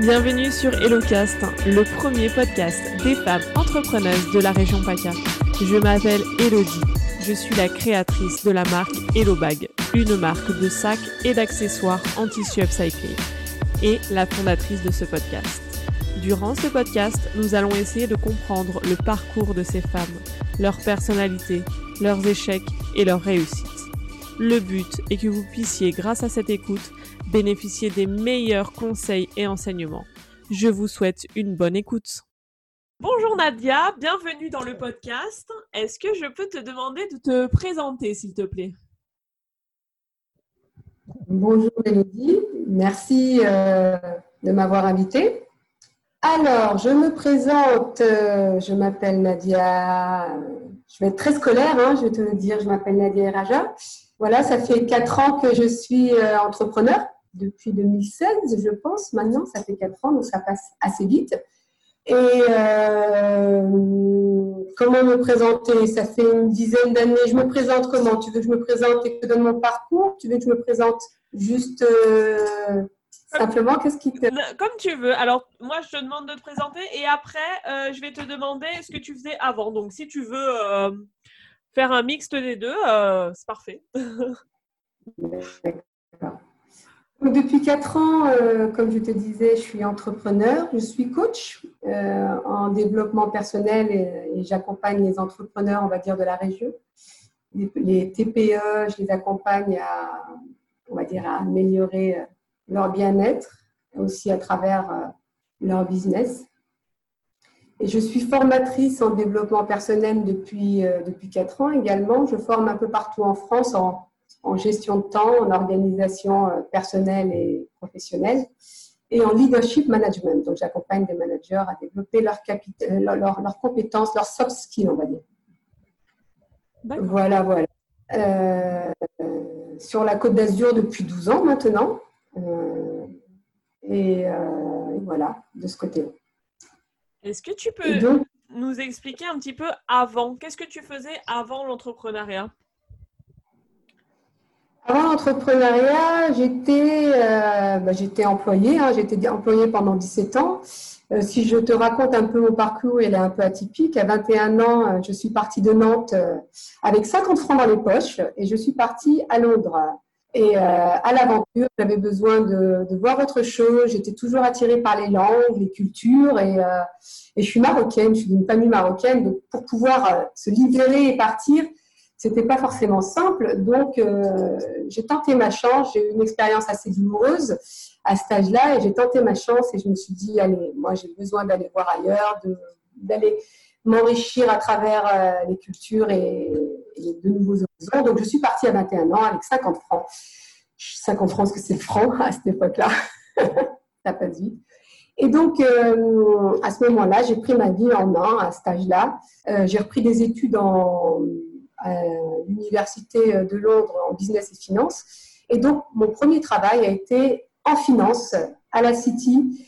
Bienvenue sur HelloCast, le premier podcast des femmes entrepreneuses de la région PACA. Je m'appelle Elodie, je suis la créatrice de la marque HelloBag, une marque de sacs et d'accessoires en tissu upcyclé, et la fondatrice de ce podcast. Durant ce podcast, nous allons essayer de comprendre le parcours de ces femmes, leur personnalité, leurs échecs et leurs réussites. Le but est que vous puissiez, grâce à cette écoute, bénéficier des meilleurs conseils et enseignements. Je vous souhaite une bonne écoute. Bonjour Nadia, bienvenue dans le podcast. Est-ce que je peux te demander de te présenter, s'il te plaît? Bonjour Elodie, merci de m'avoir invitée. Alors, je me présente, je m'appelle Nadia, je vais être très scolaire, je vais te le dire, je m'appelle Nadia Raja. Voilà, ça fait 4 ans que je suis entrepreneur, depuis 2016, je pense. Maintenant, ça fait 4 ans, donc ça passe assez vite. Et comment me présenter? Ça fait une dizaine d'années. Je me présente comment? Tu veux que je me présente et que je te donne mon parcours? Tu veux que je me présente juste simplement? Qu'est-ce qui te... Comme tu veux. Alors, moi, je te demande de te présenter et après, je vais te demander ce que tu faisais avant. Donc, si tu veux faire un mixte des deux, c'est parfait. D'accord. Donc, depuis 4 ans, comme je te disais, je suis entrepreneur, je suis coach en développement personnel et j'accompagne les entrepreneurs, on va dire, de la région. Les TPE, je les accompagne on va dire, à améliorer leur bien-être, aussi à travers leur business. Et je suis formatrice en développement personnel depuis 4 ans également. Je forme un peu partout en France en gestion de temps, en organisation personnelle et professionnelle et en leadership management. Donc, j'accompagne des managers à développer leurs compétences, leurs soft skills, on va dire. D'accord. Voilà. Sur la Côte d'Azur depuis 12 ans maintenant. Et voilà, de ce côté-là. Est-ce que tu peux nous expliquer un petit peu avant? Qu'est-ce que tu faisais avant l'entrepreneuriat? Avant l'entrepreneuriat, j'étais employée. J'étais employée pendant 17 ans. Si je te raconte un peu mon parcours, il est un peu atypique. À 21 ans, je suis partie de Nantes avec 50 francs dans les poches et je suis partie à Londres. Et à l'aventure, j'avais besoin de voir autre chose. J'étais toujours attirée par les langues, les cultures et je suis marocaine, je suis d'une famille marocaine. Donc, pour pouvoir se libérer et partir, c'était pas forcément simple. Donc, j'ai tenté ma chance. J'ai eu une expérience assez douloureuse à cet âge-là et j'ai tenté ma chance et je me suis dit, allez, moi, j'ai besoin d'aller voir ailleurs, d'aller m'enrichir à travers les cultures et de nouveaux horizons. Donc, je suis partie à 21 ans avec 50 francs. 50 francs, parce que c'est le franc à cette époque-là. Ça passe vite. Et donc, à ce moment-là, j'ai pris ma vie en main à cet âge-là. J'ai repris des études à l'Université de Londres en business et finance. Et donc, mon premier travail a été en finance à la City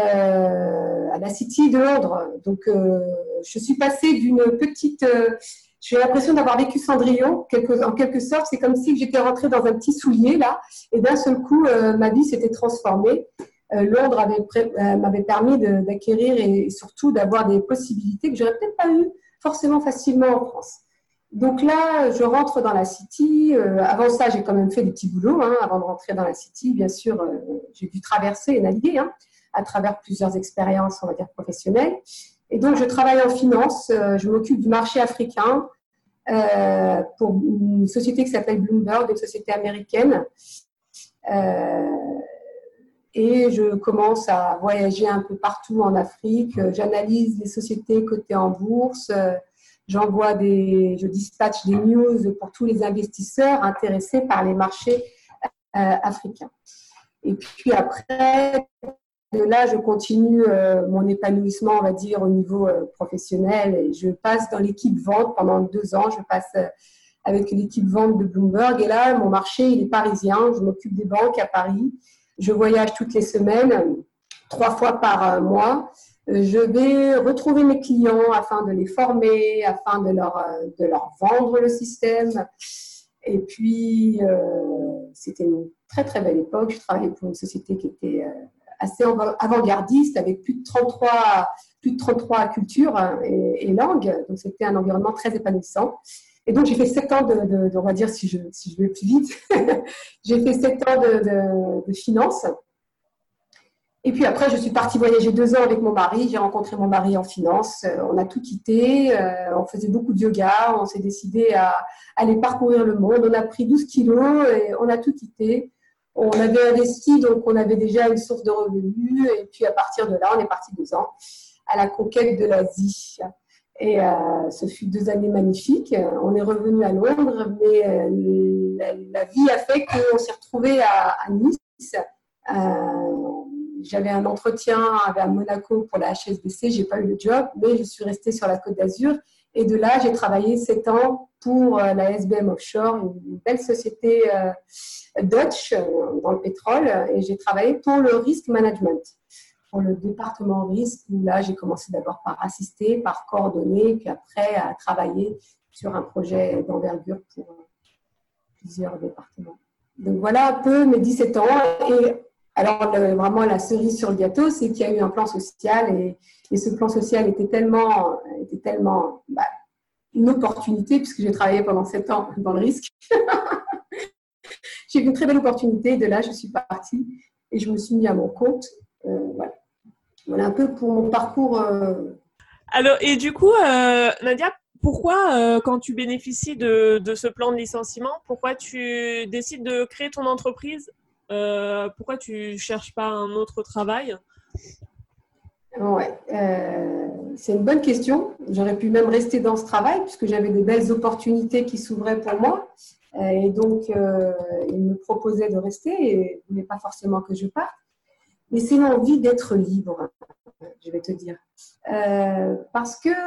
de Londres. Donc, je suis passée d'une petite... j'ai l'impression d'avoir vécu Cendrillon, en quelque sorte. C'est comme si j'étais rentrée dans un petit soulier, là, et d'un seul coup, ma vie s'était transformée. Londres m'avait permis d'acquérir et surtout d'avoir des possibilités que je n'aurais peut-être pas eues forcément facilement en France. Donc là, je rentre dans la City. Avant ça, j'ai quand même fait des petits boulots. Avant de rentrer dans la City, bien sûr, j'ai dû traverser et naviguer à travers plusieurs expériences, on va dire, professionnelles. Et donc, je travaille en finance. Je m'occupe du marché africain pour une société qui s'appelle Bloomberg, une société américaine. Et je commence à voyager un peu partout en Afrique. J'analyse les sociétés cotées en bourse. Je dispatche des news pour tous les investisseurs intéressés par les marchés africains. Et puis après, de là, je continue mon épanouissement, on va dire, au niveau professionnel. Et je passe dans l'équipe vente pendant 2 ans. Je passe avec l'équipe vente de Bloomberg. Et là, mon marché, il est parisien. Je m'occupe des banques à Paris. Je voyage toutes les semaines, 3 fois par mois. Je vais retrouver mes clients afin de les former, afin de leur vendre le système. Et puis, c'était une très, très belle époque. Je travaillais pour une société qui était assez avant-gardiste avec plus de 33 cultures et langues. Donc, c'était un environnement très épanouissant. Et donc, j'ai fait 7 ans on va dire, si je vais plus vite, j'ai fait 7 ans de finance. Et puis après, je suis partie voyager 2 ans avec mon mari. J'ai rencontré mon mari en finance. On a tout quitté. On faisait beaucoup de yoga. On s'est décidé à aller parcourir le monde. On a pris 12 kilos et on a tout quitté. On avait investi, donc on avait déjà une source de revenus. Et puis à partir de là, on est parti 2 ans à la conquête de l'Asie. Et ce fut 2 années magnifiques. On est revenu à Londres, mais la vie a fait qu'on s'est retrouvés à Nice. J'avais un entretien à Monaco pour la HSBC, je n'ai pas eu le job, mais je suis restée sur la Côte d'Azur. Et de là, j'ai travaillé 7 ans pour la SBM Offshore, une belle société Dutch dans le pétrole. Et j'ai travaillé pour le risk management, pour le département risque, où là, j'ai commencé d'abord par assister, par coordonner, puis après à travailler sur un projet d'envergure pour plusieurs départements. Donc voilà un peu mes 17 ans. Et alors, vraiment, la cerise sur le gâteau, c'est qu'il y a eu un plan social et ce plan social était tellement une opportunité puisque j'ai travaillé pendant 7 ans dans le risque. J'ai eu une très belle opportunité. De là, je suis partie et je me suis mis à mon compte. Voilà un peu pour mon parcours. Alors, et du coup, Nadia, pourquoi, quand tu bénéficies de ce plan de licenciement, pourquoi tu décides de créer ton entreprise? Pourquoi tu ne cherches pas un autre travail? Ouais, c'est une bonne question. J'aurais pu même rester dans ce travail puisque j'avais des belles opportunités qui s'ouvraient pour moi. Et donc, il me proposait de rester et il ne voulait pas forcément que je parte. Mais c'est l'envie d'être libre, je vais te dire. Parce que,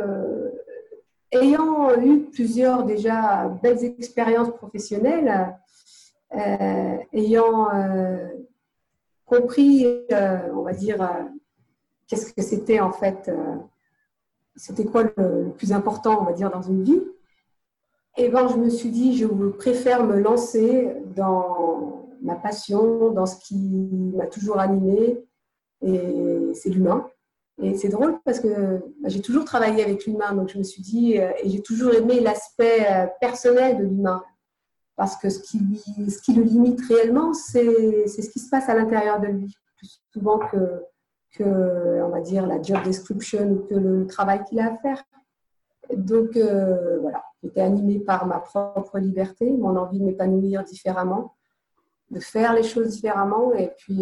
ayant eu plusieurs déjà belles expériences professionnelles, ayant compris, on va dire, qu'est-ce que c'était en fait, c'était quoi le plus important, on va dire, dans une vie. Et ben, je me suis dit, je préfère me lancer dans ma passion, dans ce qui m'a toujours animée, et c'est l'humain. Et c'est drôle parce que j'ai toujours travaillé avec l'humain, donc je me suis dit, et j'ai toujours aimé l'aspect personnel de l'humain. Parce que ce qui le limite réellement, c'est ce qui se passe à l'intérieur de lui, plus souvent que, on va dire, la job description ou que le travail qu'il a à faire. Donc, voilà, j'étais animée par ma propre liberté, mon envie de m'épanouir différemment, de faire les choses différemment et puis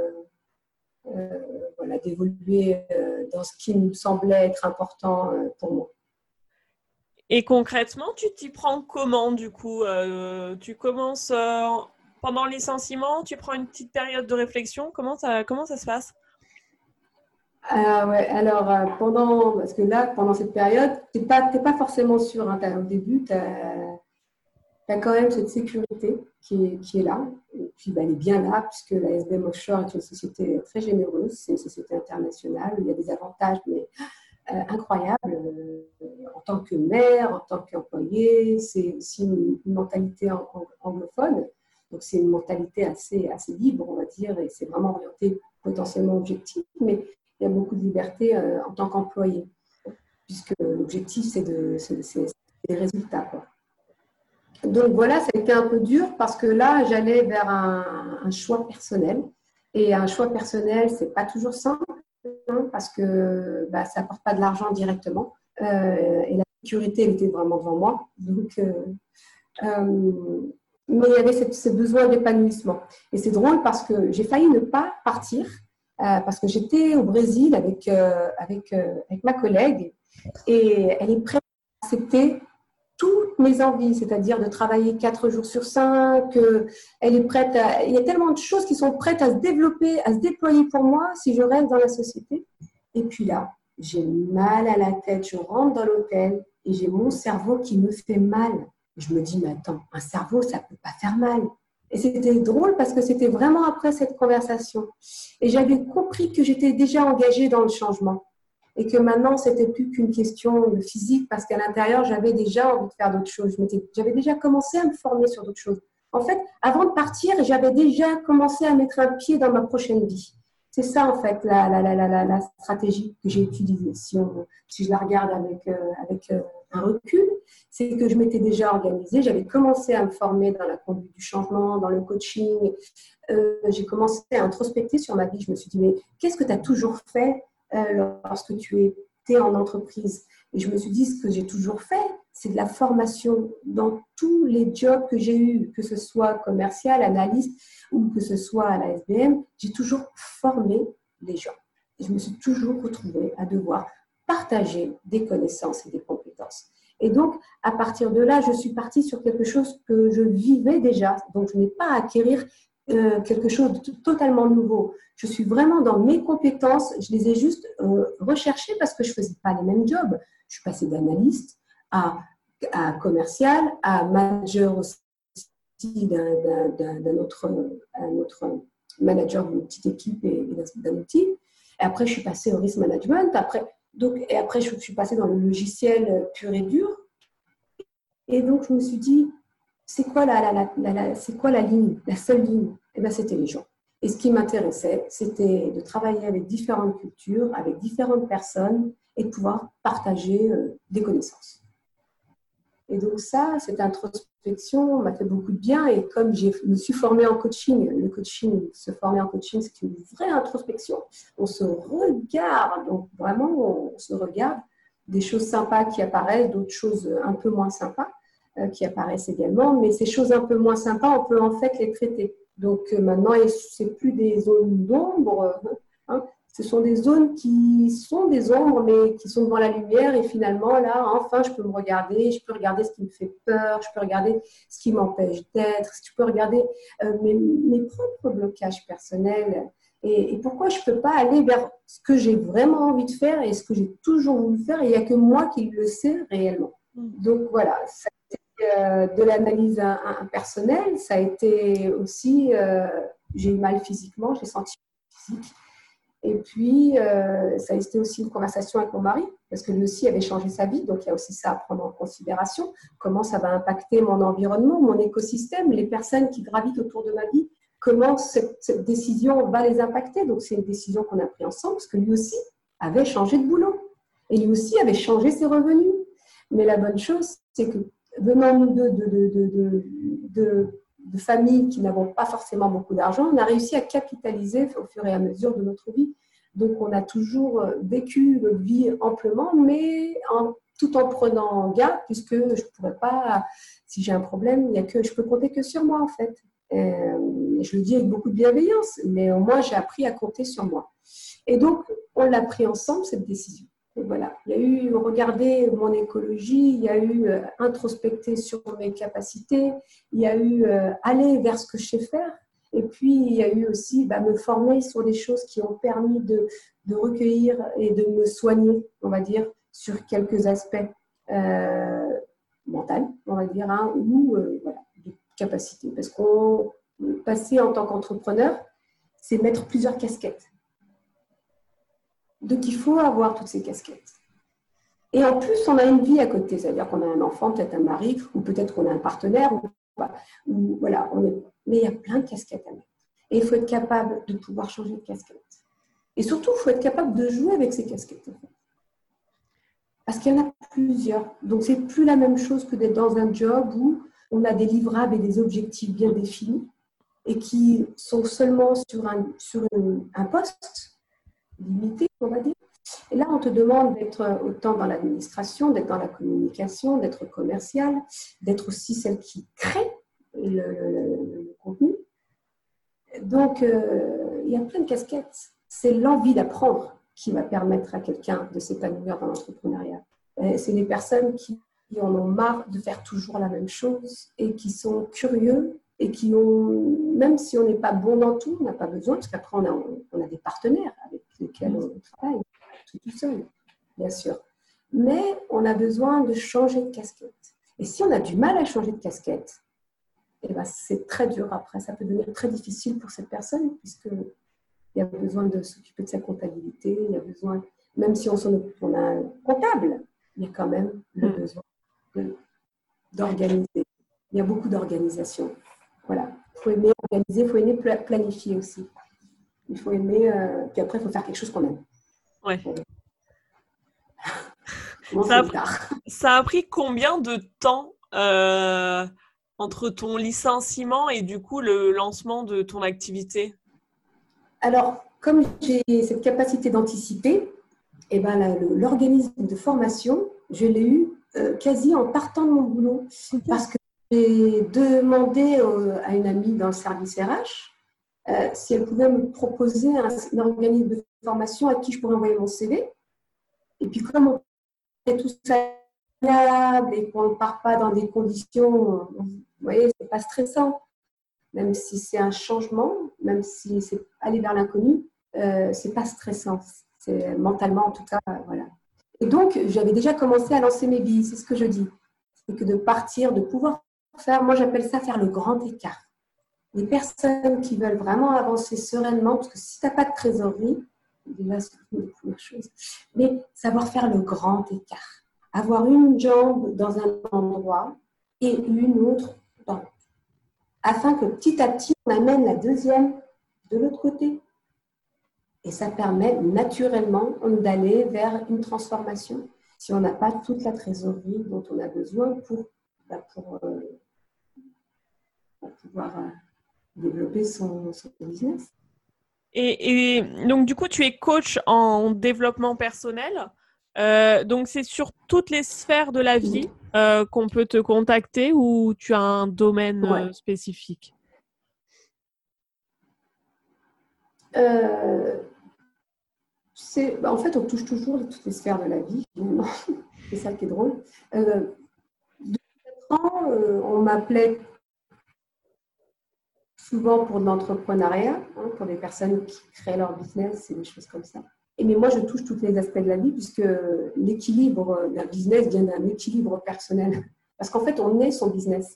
voilà, d'évoluer dans ce qui me semblait être important pour moi. Et concrètement, tu t'y prends comment du coup? Tu commences pendant le licenciement, tu prends une petite période de réflexion, comment ça se passe? Ouais, alors, parce que là, pendant cette période, tu n'es pas forcément sûr. Hein, au début, tu as quand même cette sécurité qui est là. Et puis, elle est bien là, puisque la SBM Offshore est une société très généreuse. C'est une société internationale où il y a des avantages, mais incroyables. En tant que mère, en tant qu'employé, c'est aussi une mentalité anglophone. Donc, c'est une mentalité assez libre, on va dire, et c'est vraiment orienté potentiellement objectif. Mais il y a beaucoup de liberté en tant qu'employé, puisque l'objectif, c'est des résultats, quoi. Donc voilà, ça a été un peu dur parce que là, j'allais vers un choix personnel. Et un choix personnel, ce n'est pas toujours simple hein, parce que ça n'apporte pas de l'argent directement. Et la sécurité, elle était vraiment devant moi. Donc, mais il y avait ce besoin d'épanouissement. Et c'est drôle parce que j'ai failli ne pas partir. Parce que j'étais au Brésil avec ma collègue et elle est prête à accepter toutes mes envies, c'est-à-dire de travailler 4 jours sur 5. Elle est prête il y a tellement de choses qui sont prêtes à se développer, à se déployer pour moi si je reste dans la société. Et puis là, j'ai mal à la tête, je rentre dans l'hôtel et j'ai mon cerveau qui me fait mal. Je me dis, mais attends, un cerveau, ça ne peut pas faire mal. Et c'était drôle parce que c'était vraiment après cette conversation. Et j'avais compris que j'étais déjà engagée dans le changement. Et que maintenant, ce n'était plus qu'une question de physique parce qu'à l'intérieur, j'avais déjà envie de faire d'autres choses. J'avais déjà commencé à me former sur d'autres choses. En fait, avant de partir, j'avais déjà commencé à mettre un pied dans ma prochaine vie. c'est ça en fait la stratégie que j'ai utilisée. Si je la regarde avec un recul, c'est que je m'étais déjà organisée. J'avais commencé à me former dans la conduite du changement, dans le coaching. J'ai commencé à introspecter sur ma vie. Je me suis dit, mais qu'est-ce que tu as toujours fait lorsque tu étais en entreprise? Et je me suis dit, ce que j'ai toujours fait, c'est de la formation dans tous les jobs que j'ai eus, que ce soit commercial, analyste ou que ce soit à la SBM. J'ai toujours formé les gens. Et je me suis toujours retrouvée à devoir partager des connaissances et des compétences. Et donc, à partir de là, je suis partie sur quelque chose que je vivais déjà. Donc, je n'ai pas à acquérir quelque chose de totalement nouveau. Je suis vraiment dans mes compétences. Je les ai juste recherchées parce que je ne faisais pas les mêmes jobs. Je suis passée d'analyste à commercial, à manager aussi d'un autre manager d'une petite équipe et d'un outil. Et après, je suis passée au risk management. Après, je suis passée dans le logiciel pur et dur. Et donc, je me suis dit, c'est quoi la ligne, la seule ligne? Eh bien, c'était les gens. Et ce qui m'intéressait, c'était de travailler avec différentes cultures, avec différentes personnes et de pouvoir partager des connaissances. Et donc ça, cette introspection m'a fait beaucoup de bien. Et comme je me suis formée en coaching, se former en coaching, c'est une vraie introspection. On se regarde, donc vraiment, on se regarde. Des choses sympas qui apparaissent, d'autres choses un peu moins sympas qui apparaissent également. Mais ces choses un peu moins sympas, on peut en fait les traiter. Donc maintenant, ce n'est plus des zones d'ombre, hein. Ce sont des zones qui sont des ombres, mais qui sont devant la lumière. Et finalement, là, enfin, je peux me regarder. Je peux regarder ce qui me fait peur. Je peux regarder ce qui m'empêche d'être. Je peux regarder mes propres blocages personnels. Et pourquoi je ne peux pas aller vers ce que j'ai vraiment envie de faire et ce que j'ai toujours voulu faire. Et il n'y a que moi qui le sais réellement. Donc, voilà. Ça a été de l'analyse personnelle. Ça a été aussi... j'ai eu mal physiquement. J'ai senti physique. Et puis, ça a été aussi une conversation avec mon mari, parce que lui aussi avait changé sa vie, donc il y a aussi ça à prendre en considération. Comment ça va impacter mon environnement, mon écosystème, les personnes qui gravitent autour de ma vie, comment cette décision va les impacter. Donc, c'est une décision qu'on a prise ensemble, parce que lui aussi avait changé de boulot. Et lui aussi avait changé ses revenus. Mais la bonne chose, c'est que venant nous de familles qui n'avons pas forcément beaucoup d'argent, on a réussi à capitaliser au fur et à mesure de notre vie. Donc, on a toujours vécu notre vie amplement, mais tout en prenant garde, puisque je ne pourrais pas, si j'ai un problème, je peux compter que sur moi, en fait. Je le dis avec beaucoup de bienveillance, mais moi, j'ai appris à compter sur moi. Et donc, on l'a pris ensemble, cette décision. Et voilà, il y a eu regarder mon écologie, il y a eu introspecter sur mes capacités, il y a eu aller vers ce que je sais faire. Et puis, il y a eu aussi me former sur des choses qui ont permis de recueillir et de me soigner, on va dire, sur quelques aspects mentaux, on va dire, hein, ou voilà, de capacités. Parce qu'on passer en tant qu'entrepreneur, c'est mettre plusieurs casquettes. Donc, il faut avoir toutes ces casquettes. Et en plus, on a une vie à côté, c'est-à-dire qu'on a un enfant, peut-être un mari, ou peut-être qu'on a un partenaire, voilà, mais il y a plein de casquettes à mettre. Et il faut être capable de pouvoir changer de casquette. Et surtout, il faut être capable de jouer avec ces casquettes. En fait. Parce qu'il y en a plusieurs. Donc, c'est plus la même chose que d'être dans un job où on a des livrables et des objectifs bien définis et qui sont seulement sur un poste limité, on va dire. Et là, on te demande d'être autant dans l'administration, d'être dans la communication, d'être commercial, d'être aussi celle qui crée le contenu. Donc, il y a plein de casquettes. C'est l'envie d'apprendre qui va permettre à quelqu'un de s'épanouir dans l'entrepreneuriat. C'est les personnes qui en ont marre de faire toujours la même chose et qui sont curieux et qui ont, même si on n'est pas bon dans tout, on n'a pas besoin, parce qu'après, on a des partenaires avec lesquels on travaille, tout seul, bien sûr. Mais on a besoin de changer de casquette. Et si on a du mal à changer de casquette, eh ben, c'est très dur après. Ça peut devenir très difficile pour cette personne, puisqu'il y a besoin de s'occuper de sa comptabilité, il y a besoin, même si on a un comptable, il y a quand même le besoin d'organiser. Il y a beaucoup d'organisation. Voilà. Il faut aimer organiser, il faut aimer planifier aussi. Il faut aimer, puis après, il faut faire quelque chose qu'on aime. Ouais. Ça a pris combien de temps entre ton licenciement et du coup le lancement de ton activité? Alors, comme j'ai cette capacité d'anticiper, eh ben, l'organisme de formation, je l'ai eu quasi en partant de mon boulot. Parce que j'ai demandé à une amie dans le service RH si elle pouvait me proposer un organisme de formation à qui je pourrais envoyer mon CV. Et puis, comme on est tous agréables et qu'on ne part pas dans des conditions, vous voyez, c'est pas stressant. Même si c'est un changement, même si c'est aller vers l'inconnu, c'est pas stressant. C'est mentalement, en tout cas, voilà. Et donc, j'avais déjà commencé à lancer mes billes, c'est ce que je dis. C'est que de partir, de pouvoir faire, moi j'appelle ça faire le grand écart. Les personnes qui veulent vraiment avancer sereinement, parce que si tu n'as pas de trésorerie, déjà c'est une des premières choses, mais savoir faire le grand écart. Avoir une jambe dans un endroit et une autre dans l'autre. Afin que petit à petit, on amène la deuxième de l'autre côté. Et ça permet naturellement d'aller vers une transformation si on n'a pas toute la trésorerie dont on a besoin pour pouvoir développer son business. Et donc, du coup, tu es coach en développement personnel. Donc, c'est sur toutes les sphères de la vie qu'on peut te contacter ou tu as un domaine spécifique? En fait, on touche toujours toutes les sphères de la vie. C'est ça qui est drôle. Depuis 4 ans, on m'appelait souvent pour de l'entrepreneuriat, pour des personnes qui créent leur business et des choses comme ça. Mais moi, je touche tous les aspects de la vie puisque l'équilibre d'un business vient d'un équilibre personnel. Parce qu'en fait, on est son business.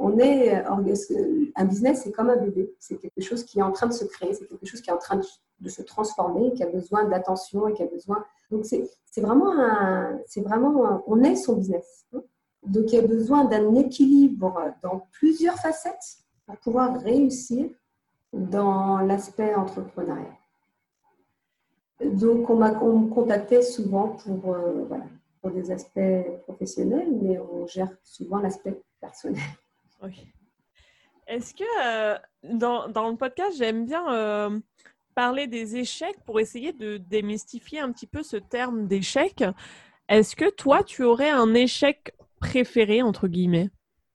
Un business, c'est comme un bébé. C'est quelque chose qui est en train de se créer, c'est quelque chose qui est en train de se transformer, qui a besoin d'attention et qui a besoin. Donc, c'est vraiment on est son business. Donc, il y a besoin d'un équilibre dans plusieurs facettes pour pouvoir réussir dans l'aspect entrepreneurial. Donc, on me contactait souvent pour des aspects professionnels, mais on gère souvent l'aspect personnel. Oui. Est-ce que dans le podcast, j'aime bien parler des échecs pour essayer de démystifier un petit peu ce terme d'échec. Est-ce que toi, tu aurais un échec préféré, entre guillemets?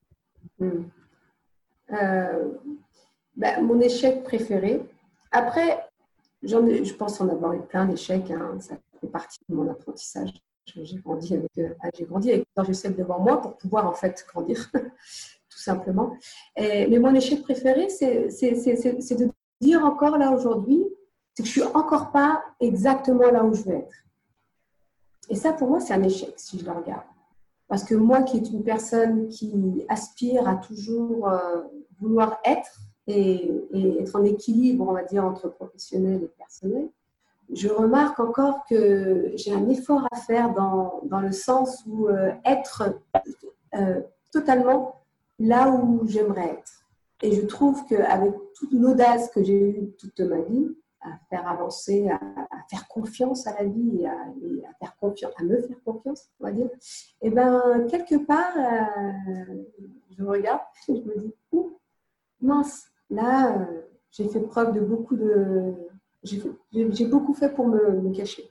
Mon échec préféré. Après, je pense en avoir eu plein d'échecs. Ça fait partie de mon apprentissage. J'ai grandi avec je sais devant moi pour pouvoir en fait grandir, tout simplement. Mais mon échec préféré, c'est de dire encore là aujourd'hui, c'est que je suis encore pas exactement là où je veux être. Et ça, pour moi, c'est un échec si je le regarde. Parce que moi, qui est une personne qui aspire à toujours vouloir être et être en équilibre, on va dire, entre professionnel et personnel, je remarque encore que j'ai un effort à faire dans le sens où être totalement là où j'aimerais être. Et je trouve qu'avec toute l'audace que j'ai eue toute ma vie, à faire avancer, à faire confiance à la vie et à me faire confiance, on va dire, et bien, quelque part, je me regarde et je me dis, mince, là, j'ai fait preuve de beaucoup de... J'ai beaucoup fait pour me cacher.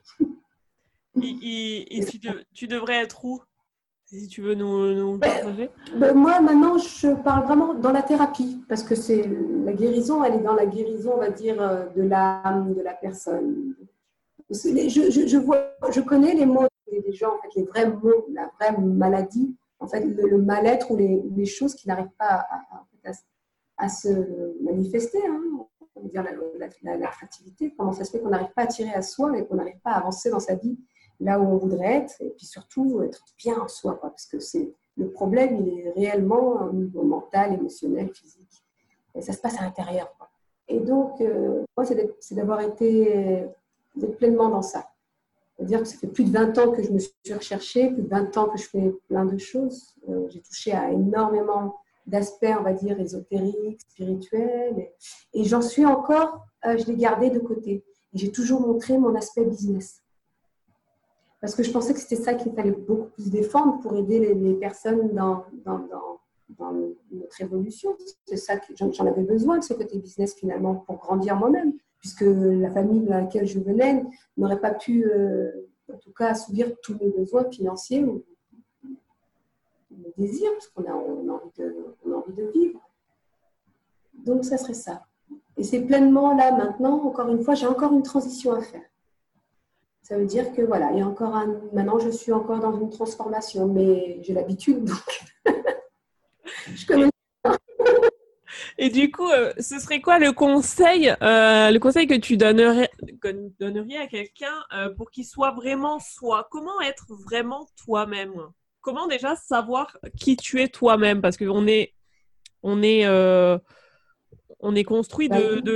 Et tu devrais être où? Si tu veux nous partager. Moi, maintenant, je parle vraiment dans la thérapie, parce que c'est la guérison, elle est dans la guérison, on va dire, de l'âme, de la personne. Je connais les mots des gens, en fait, les vrais mots, la vraie maladie, en fait, le mal-être ou les choses qui n'arrivent pas à se manifester, on va dire la créativité, comment ça se fait qu'on n'arrive pas à tirer à soi et qu'on n'arrive pas à avancer dans sa vie là où on voudrait être, et puis surtout être bien en soi, parce que le problème, il est réellement au niveau mental, émotionnel, physique, et ça se passe à l'intérieur. Et donc, moi, c'est d'avoir été d'être pleinement dans ça. C'est-à-dire que ça fait plus de 20 ans que je me suis recherchée, plus de 20 ans que je fais plein de choses. J'ai touché à énormément d'aspects, on va dire, ésotériques, spirituels. Et j'en suis encore, je l'ai gardé de côté. Et j'ai toujours montré mon aspect business. Parce que je pensais que c'était ça qu'il fallait beaucoup plus défendre pour aider les personnes dans notre évolution. C'est ça que j'en avais besoin, de ce côté business finalement, pour grandir moi-même. Puisque la famille dans laquelle je venais n'aurait pas pu, en tout cas, assouvir tous mes besoins financiers ou mes désirs, parce qu'on a envie de vivre. Donc, ça serait ça. Et c'est pleinement là, maintenant, encore une fois, j'ai encore une transition à faire. Ça veut dire que voilà, il y a encore maintenant, je suis encore dans une transformation, mais j'ai l'habitude, donc je connais. Et du coup, ce serait quoi le conseil que tu donnerais à quelqu'un pour qu'il soit vraiment soi? Comment être vraiment toi-même? Comment déjà savoir qui tu es toi-même? Parce qu'on est construit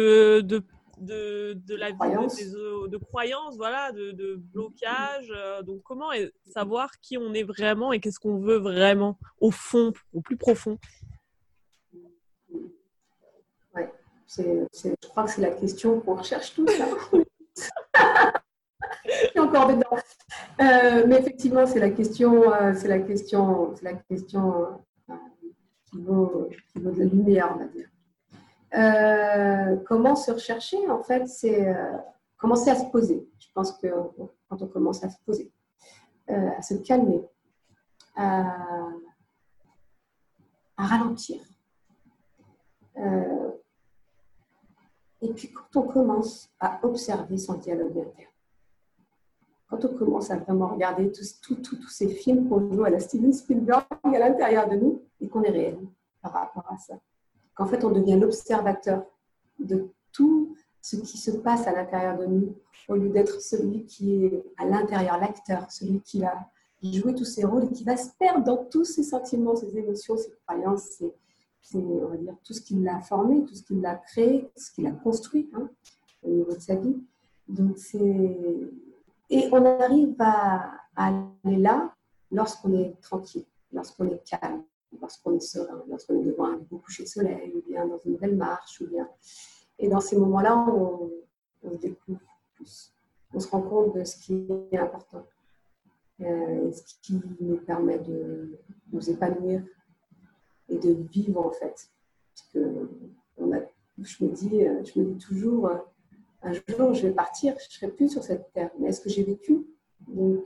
de la vie, de croyances, voilà, de blocages. Donc, comment savoir qui on est vraiment et qu'est-ce qu'on veut vraiment, au fond, au plus profond? Ouais, je crois que c'est la question qu'on recherche tous. Je suis encore dedans. Mais effectivement, c'est la question qui vaut de la lumière, on va dire. Comment se rechercher, en fait, c'est commencer à se poser. Je pense que quand on commence à se poser, à se calmer, à ralentir. Et puis, quand on commence à observer son dialogue interne, quand on commence à vraiment regarder tous ces films qu'on joue à la Steven Spielberg à l'intérieur de nous et qu'on est réel par rapport à ça, qu'en fait, on devient l'observateur de tout ce qui se passe à l'intérieur de nous, au lieu d'être celui qui est à l'intérieur, l'acteur, celui qui va jouer tous ses rôles et qui va se perdre dans tous ses sentiments, ses émotions, ses croyances, on va dire, tout ce qui l'a formé, tout ce qui l'a créé, ce qu'il a construit au niveau de sa vie. Donc, et on arrive à aller là lorsqu'on est tranquille, lorsqu'on est calme, lorsqu'on est serein, lorsqu'on est devant un beau coucher de soleil, ou bien dans une belle marche, ou bien. Et dans ces moments-là, on se découvre plus. On se rend compte de ce qui est important, ce qui nous permet de nous épanouir et de vivre en fait. Parce que je me dis toujours, un jour je vais partir, je ne serai plus sur cette terre. Mais est-ce que j'ai vécu? Donc,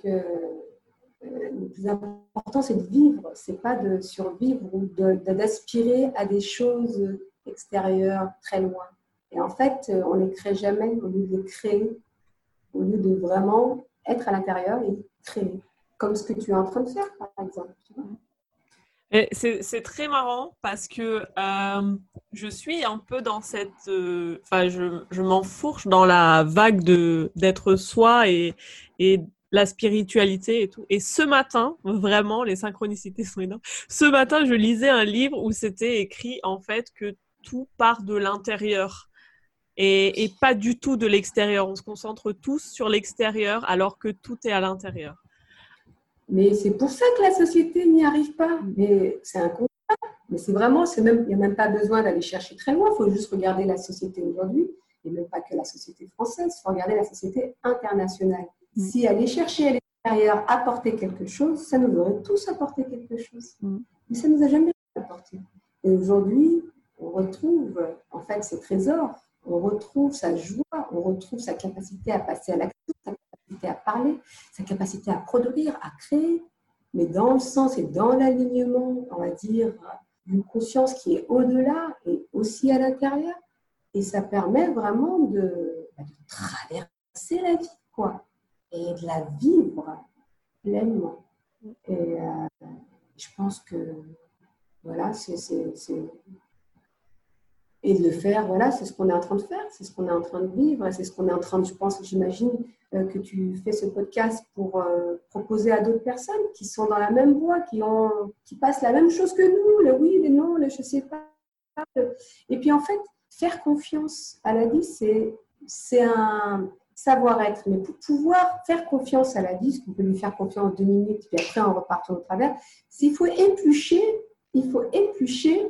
le plus important, c'est de vivre. Ce n'est pas de survivre ou d'aspirer à des choses extérieures, très loin. Et en fait, on ne les crée jamais au lieu de les créer, au lieu de vraiment être à l'intérieur et créer. Comme ce que tu es en train de faire, par exemple. Tu vois. Et c'est très marrant parce que je suis un peu dans cette... je m'enfourche dans la vague d'être soi et la spiritualité et tout. Et ce matin, vraiment, les synchronicités sont énormes. Ce matin, je lisais un livre où c'était écrit en fait que tout part de l'intérieur et pas du tout de l'extérieur. On se concentre tous sur l'extérieur alors que tout est à l'intérieur. Mais c'est pour ça que la société n'y arrive pas. Mais c'est un constat. Mais c'est vraiment, il n'y a même pas besoin d'aller chercher très loin. Il faut juste regarder la société aujourd'hui, et même pas que la société française. Il faut regarder la société internationale. Si aller chercher à l'extérieur apporter quelque chose, ça nous aurait tous apporté quelque chose. Mais ça ne nous a jamais apporté. Et aujourd'hui, on retrouve en fait ces trésors. On retrouve sa joie, on retrouve sa capacité à passer à l'action, sa capacité à parler, sa capacité à produire, à créer, mais dans le sens et dans l'alignement, on va dire, d'une conscience qui est au-delà et aussi à l'intérieur. Et ça permet vraiment de traverser la vie, quoi, et de la vivre pleinement. Et je pense que, voilà, et de le faire, voilà, c'est ce qu'on est en train de faire, c'est ce qu'on est en train de vivre, c'est ce qu'on est en train de, j'imagine que tu fais ce podcast pour proposer à d'autres personnes qui sont dans la même voie, qui passent la même chose que nous, le oui, le non, le je sais pas. Et puis en fait, faire confiance à la vie, c'est un savoir-être. Mais pour pouvoir faire confiance à la vie, parce qu'on peut lui faire confiance 2 minutes, puis après on repart au travers, s'il faut éplucher il faut éplucher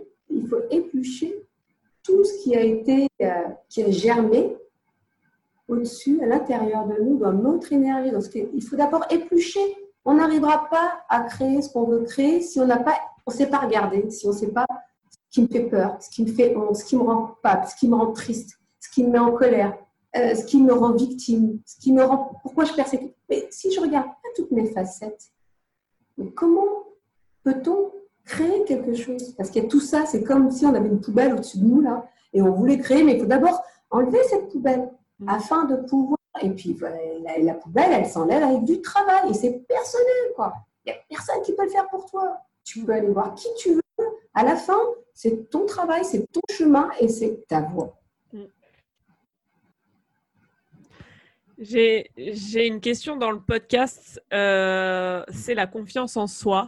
tout ce qui a été, qui a germé au-dessus, à l'intérieur de nous, dans notre énergie. Donc, il faut d'abord éplucher. On n'arrivera pas à créer ce qu'on veut créer si on ne sait pas regarder, si on ne sait pas ce qui me fait peur, ce qui me fait honte, ce qui me rend coupable, ce qui me rend triste, ce qui me met en colère, ce qui me rend victime, ce qui me rend... Pourquoi je persécute. Mais si je ne regarde pas toutes mes facettes, mais comment peut-on créer quelque chose? Parce que tout ça, c'est comme si on avait une poubelle au-dessus de nous, là, et on voulait créer, mais il faut d'abord enlever cette poubelle afin de pouvoir... Et puis, la poubelle, elle s'enlève avec du travail, et c'est personnel, quoi. Il n'y a personne qui peut le faire pour toi. Tu peux aller voir qui tu veux. À la fin, c'est ton travail, c'est ton chemin, et c'est ta voie. J'ai une question dans le podcast, c'est la confiance en soi.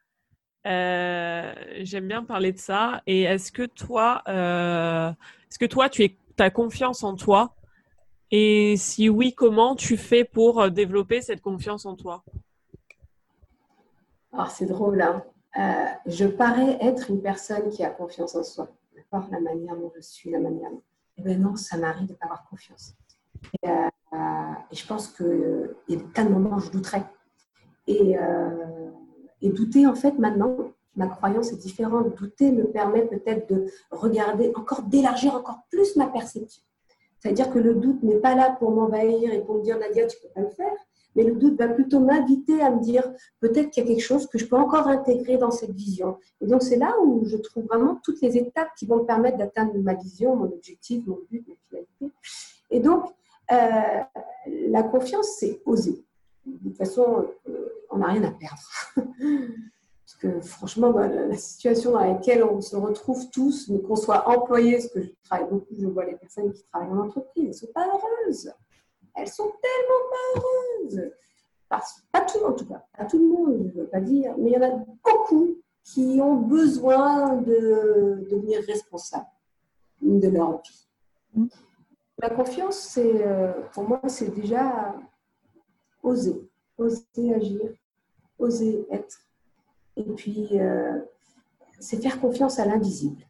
J'aime bien parler de ça. Et est-ce que toi, tu as confiance en toi? Et si oui, comment tu fais pour développer cette confiance en toi? Alors, c'est drôle, hein. Je parais être une personne qui a confiance en soi. D'accord, la manière dont je suis, la manière dont... Eh bien non, ça m'arrive de ne pas avoir confiance. Et je pense qu'il y a des tas de moments où je douterais. Et douter, en fait, maintenant, ma croyance est différente. Douter me permet peut-être de regarder, d'élargir encore plus ma perception. C'est-à-dire que le doute n'est pas là pour m'envahir et pour me dire, Nadia, tu ne peux pas le faire. Mais le doute va plutôt m'inviter à me dire, peut-être qu'il y a quelque chose que je peux encore intégrer dans cette vision. Et donc, c'est là où je trouve vraiment toutes les étapes qui vont me permettre d'atteindre ma vision, mon objectif, mon but, ma finalité. Et donc, la confiance, c'est oser. De toute façon, on n'a rien à perdre. Parce que franchement, la situation dans laquelle on se retrouve tous, qu'on soit employés, parce que je travaille beaucoup, je vois les personnes qui travaillent en entreprise, elles ne sont pas heureuses. Elles sont tellement pas heureuses. Pas tout, en tout cas, pas tout le monde, je ne veux pas dire, mais il y en a beaucoup qui ont besoin de devenir responsables de leur vie. La confiance, pour moi, c'est déjà oser agir, oser être. Et puis, c'est faire confiance à l'invisible.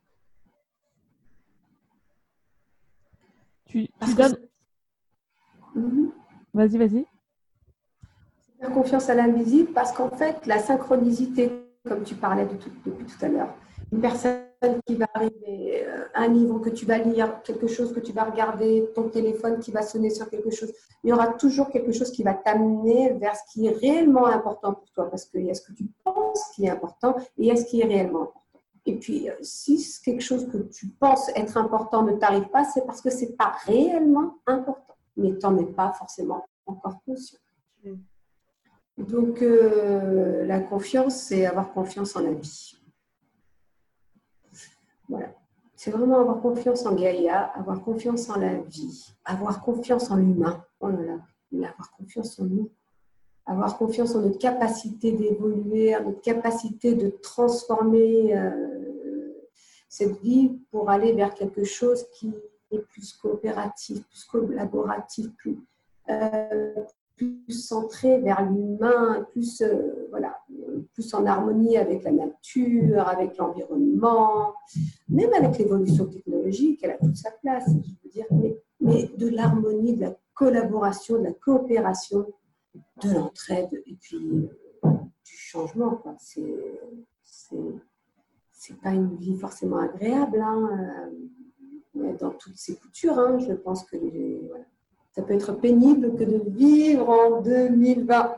Tu donnes... Vas-y. Faire confiance à l'invisible parce qu'en fait, la synchronicité, comme tu parlais depuis tout à l'heure, une personne qui va arriver, un livre que tu vas lire, quelque chose que tu vas regarder, ton téléphone qui va sonner sur quelque chose, il y aura toujours quelque chose qui va t'amener vers ce qui est réellement important pour toi, parce qu'il y a ce que tu penses qui est important et il y a ce qui est réellement important. Et puis, si quelque chose que tu penses être important ne t'arrive pas, c'est parce que ce n'est pas réellement important, mais tu n'en es pas forcément encore conscient. Donc, la confiance, c'est avoir confiance en la vie. Voilà. C'est vraiment avoir confiance en Gaïa, avoir confiance en la vie, avoir confiance en l'humain. Oh là là, mais avoir confiance en nous. Avoir confiance en notre capacité d'évoluer, en notre capacité de transformer cette vie pour aller vers quelque chose qui est plus coopératif, plus collaboratif, plus centré vers l'humain, plus en harmonie avec la nature, avec l'environnement, même avec l'évolution technologique, elle a toute sa place, je veux dire, mais de l'harmonie, de la collaboration, de la coopération, de l'entraide et puis du changement, quoi. C'est pas une vie forcément agréable, hein, dans toutes ses coutures, hein, je pense que ça peut être pénible que de vivre en 2020.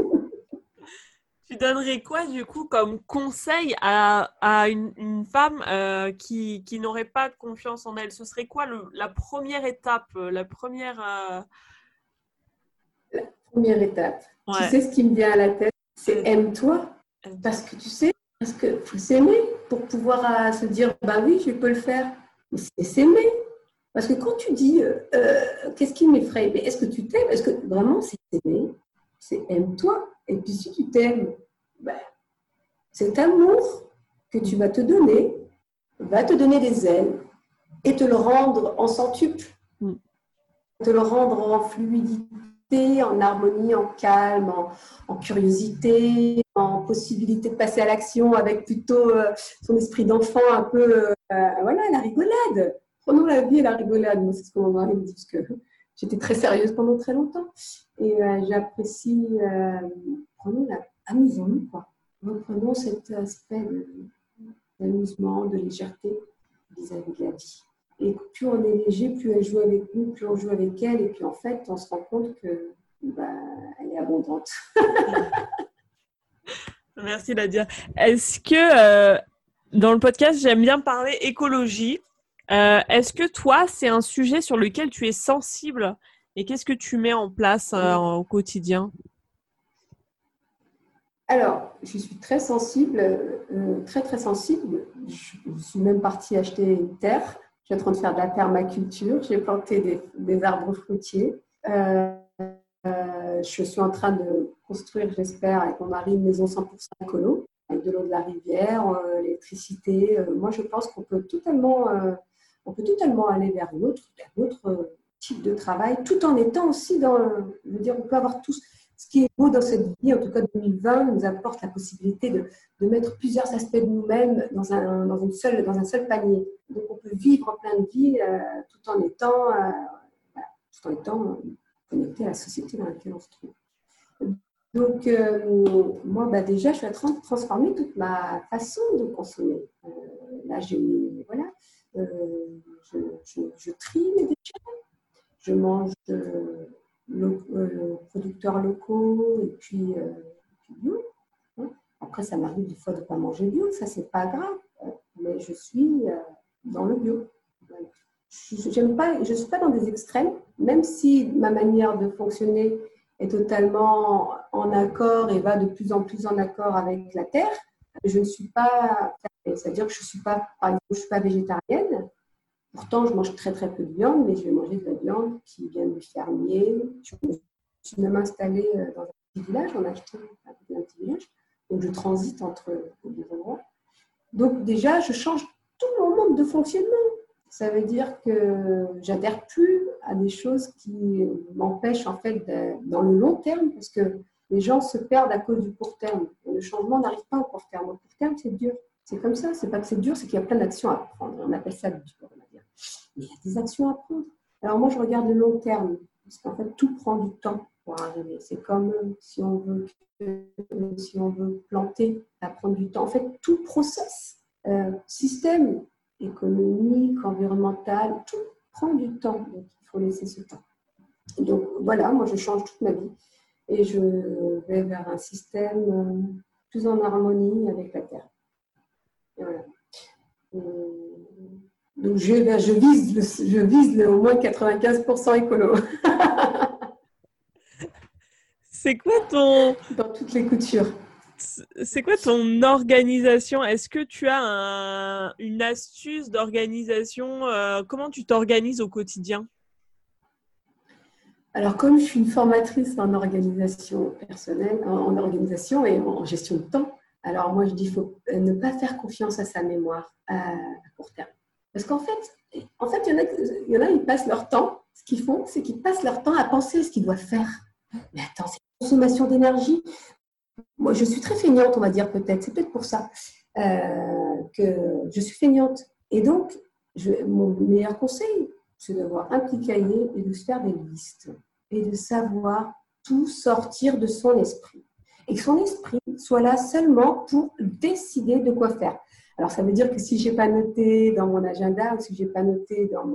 Tu donnerais quoi, du coup, comme conseil à une femme qui n'aurait pas de confiance en elle? Ce serait quoi la première étape, la première étape? Ouais. Tu sais ce qui me vient à la tête? C'est aime-toi. Parce que tu sais, parce qu'il faut s'aimer pour pouvoir se dire, bah oui, je peux le faire. Mais c'est s'aimer. Parce que quand tu dis, qu'est-ce qui m'effraie? Mais est-ce que tu t'aimes? Est-ce que vraiment c'est s'aimer? C'est aime-toi. Et puis si tu t'aimes, ben, cet amour que tu vas te donner va te donner des ailes et te le rendre en centuple, te le rendre en fluidité, en harmonie, en calme, en curiosité, en possibilité de passer à l'action avec plutôt son esprit d'enfant un peu, voilà, la rigolade. Prenons la vie et la rigolade. Moi, c'est ce que mon mari me dit, parce que j'étais très sérieuse pendant très longtemps. Et j'apprécie, amusons-nous, quoi. Reprenons cet aspect d'amusement, de légèreté vis-à-vis de la vie. Et plus on est léger, plus elle joue avec nous, plus on joue avec elle. Et puis en fait, on se rend compte que elle est abondante. Merci Nadia. Est-ce que dans le podcast, j'aime bien parler écologie. Est-ce que toi, c'est un sujet sur lequel tu es sensible et qu'est-ce que tu mets en place au quotidien? Alors, je suis très sensible, très sensible. Je suis même partie acheter une terre. Je suis en train de faire de la permaculture. J'ai planté des arbres fruitiers. Je suis en train de construire, j'espère, avec mon mari, une maison 100% écolo, avec de l'eau de la rivière, l'électricité. Moi, je pense qu'on peut totalement aller vers un autre type de travail, tout en étant aussi je veux dire, on peut avoir tout. Ce qui est beau dans cette vie, en tout cas 2020, nous apporte la possibilité de mettre plusieurs aspects de nous-mêmes dans un seul panier. Donc, on peut vivre plein de vies tout en étant connecté à la société dans laquelle on se trouve. Donc, moi, déjà, je suis en train de transformer toute ma façon de consommer. Là, je trie mes déchets, je mange producteurs locaux et puis bio. Après, ça m'arrive des fois de ne pas manger bio, ça, c'est pas grave, mais je suis dans le bio. Je ne suis pas dans des extrêmes, même si ma manière de fonctionner est totalement en accord et va de plus en plus en accord avec la terre. Je ne suis pas, c'est-à-dire que je ne suis pas, par exemple, je suis pas végétarienne. Pourtant, je mange très très peu de viande, mais je vais manger de la viande qui vient du fermier. Je me suis même installée dans un petit village, on a acheté un petit village, donc je transite entre les deux endroits. Donc déjà, je change tout mon mode de fonctionnement. Ça veut dire que j'adhère plus à des choses qui m'empêchent en fait dans le long terme, parce que les gens se perdent à cause du court terme. Et le changement n'arrive pas au court terme. Au court terme, c'est dur. C'est comme ça. C'est pas que c'est dur, c'est qu'il y a plein d'actions à prendre. On appelle ça dur, on va dire. Mais il y a des actions à prendre. Alors moi, je regarde le long terme, parce qu'en fait, tout prend du temps pour arriver. C'est comme si on veut planter, ça prend du temps. En fait, tout process, système économique, environnemental, tout prend du temps. Donc, il faut laisser ce temps. Et donc, voilà, moi, je change toute ma vie et je vais vers un système plus en harmonie avec la Terre. Et voilà. Donc, je vise au moins 95% écolo. C'est quoi ton... Dans toutes les coutures. C'est quoi ton organisation? Est-ce que tu as une astuce d'organisation? Comment tu t'organises au quotidien? Alors, comme je suis une formatrice en organisation personnelle, en organisation et en gestion de temps, alors moi, je dis qu'il faut ne pas faire confiance à sa mémoire à court terme. Parce qu'en fait, il y en a, ils passent leur temps. Ce qu'ils font, c'est qu'ils passent leur temps à penser à ce qu'ils doivent faire. Mais attends, c'est une consommation d'énergie. Moi, je suis très feignante, on va dire peut-être. C'est peut-être pour ça que je suis feignante. Et donc, mon meilleur conseil, c'est d'avoir un petit cahier et de se faire des listes et de savoir tout sortir de son esprit. Et que son esprit soit là seulement pour décider de quoi faire. Alors, ça veut dire que si je n'ai pas noté dans mon agenda ou si je n'ai pas noté dans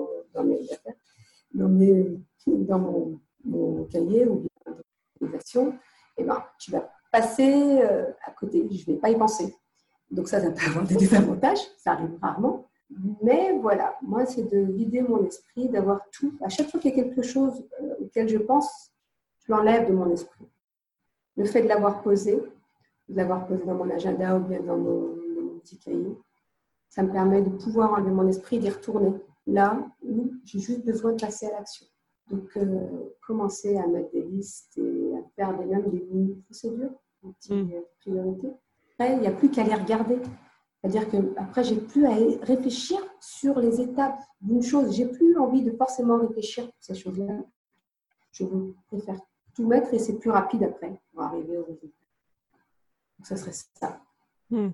mon cahier ou bien dans mes actions, eh ben, tu vas passer à côté. Je ne vais pas y penser. Donc ça peut avoir des désavantages. Ça arrive rarement. Mais voilà, moi, c'est de vider mon esprit, d'avoir tout. À chaque fois qu'il y a quelque chose auquel je pense, je l'enlève de mon esprit. Le fait de l'avoir posé dans mon agenda ou bien dans mon petit cahier, ça me permet de pouvoir enlever mon esprit et d'y retourner là où j'ai juste besoin de passer à l'action. Donc, commencer à mettre des listes et à faire même des mini-procédures, des petites priorités. Après, il n'y a plus qu'à les regarder. C'est-à-dire qu'après, je n'ai plus à réfléchir sur les étapes d'une chose. Je n'ai plus envie de forcément réfléchir sur ces choses-là. Je préfère tout mettre et c'est plus rapide après pour arriver au résultat. Donc, ça serait ça. Hmm.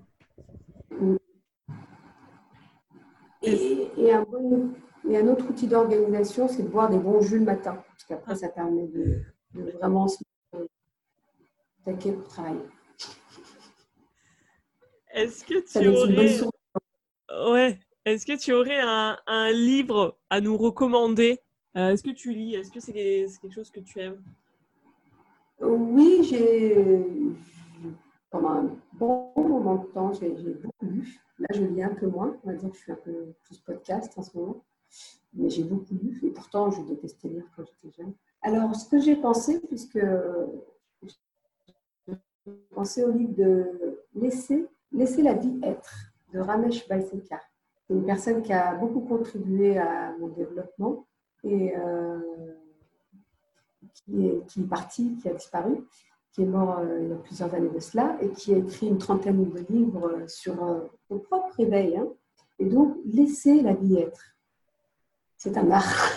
Et un autre outil d'organisation, c'est de boire des bons jus le matin. Parce qu'après, ça permet de vraiment se attaquer pour travailler. Est-ce que Ça tu laisse une bonne aurais, source. ouais, est-ce que tu aurais un livre à nous recommander? Est-ce que tu lis? Est-ce que c'est quelque chose que tu aimes? Oui, pendant un bon moment de temps, j'ai beaucoup lu. Là, je lis un peu moins. On va dire que je suis un peu plus podcast en ce moment. Mais j'ai beaucoup lu. Et pourtant, je détestais lire quand j'étais jeune. Alors, ce que j'ai pensé, puisque j'ai pensé au livre de Laisser la vie être, de Ramesh Balsekar. C'est une personne qui a beaucoup contribué à mon développement et qui est parti, qui a disparu, qui est mort il y a plusieurs années de cela, et qui a écrit une trentaine de livres sur son propre réveil. Hein. Et donc, laisser la vie être. C'est un art.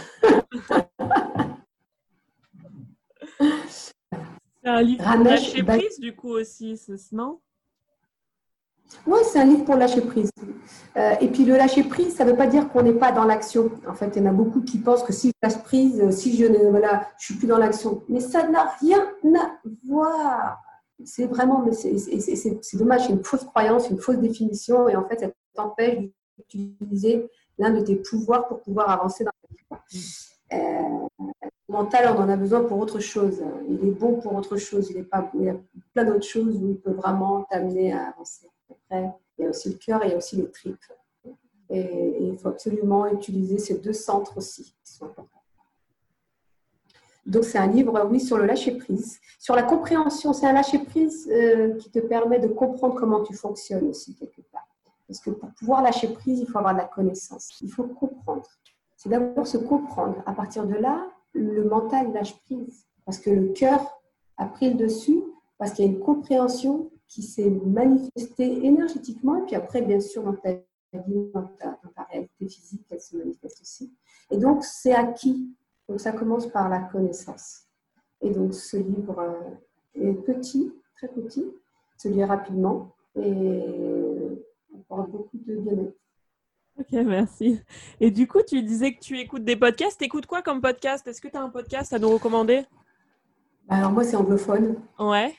C'est un livre pour lâcher prise, du coup, aussi, non? Oui, c'est un livre pour lâcher prise. Et puis le lâcher prise, ça ne veut pas dire qu'on n'est pas dans l'action. En fait, il y en a beaucoup qui pensent que si je lâche prise, si je ne suis plus dans l'action. Mais ça n'a rien à voir. C'est vraiment, mais c'est dommage, c'est une fausse croyance, une fausse définition. Et en fait, ça t'empêche d'utiliser l'un de tes pouvoirs pour pouvoir avancer dans la vie. Le mental, on en a besoin pour autre chose. Il est bon pour autre chose. Il y a plein d'autres choses où il peut vraiment t'amener à avancer. Après, il y a aussi le cœur et il y a aussi les tripes. Et il faut absolument utiliser ces deux centres aussi, qui sont importants. Donc, c'est un livre, oui, sur le lâcher-prise. Sur la compréhension, c'est un lâcher-prise qui te permet de comprendre comment tu fonctionnes aussi, quelque part. Parce que pour pouvoir lâcher prise, il faut avoir de la connaissance. Il faut comprendre. C'est d'abord se comprendre. À partir de là, le mental lâche prise. Parce que le cœur a pris le dessus, parce qu'il y a une compréhension qui s'est manifestée énergétiquement. Et puis après, bien sûr, dans ta vie, dans ta réalité physique, elle se manifeste aussi. Et donc, c'est acquis. Donc, ça commence par la connaissance. Et donc, ce livre est petit, très petit, se lit rapidement et apporte beaucoup de bien-être. Ok, merci. Et du coup, tu disais que tu écoutes des podcasts. T'écoutes quoi comme podcast? Est-ce que tu as un podcast à nous recommander? Alors, moi, c'est anglophone. Ouais.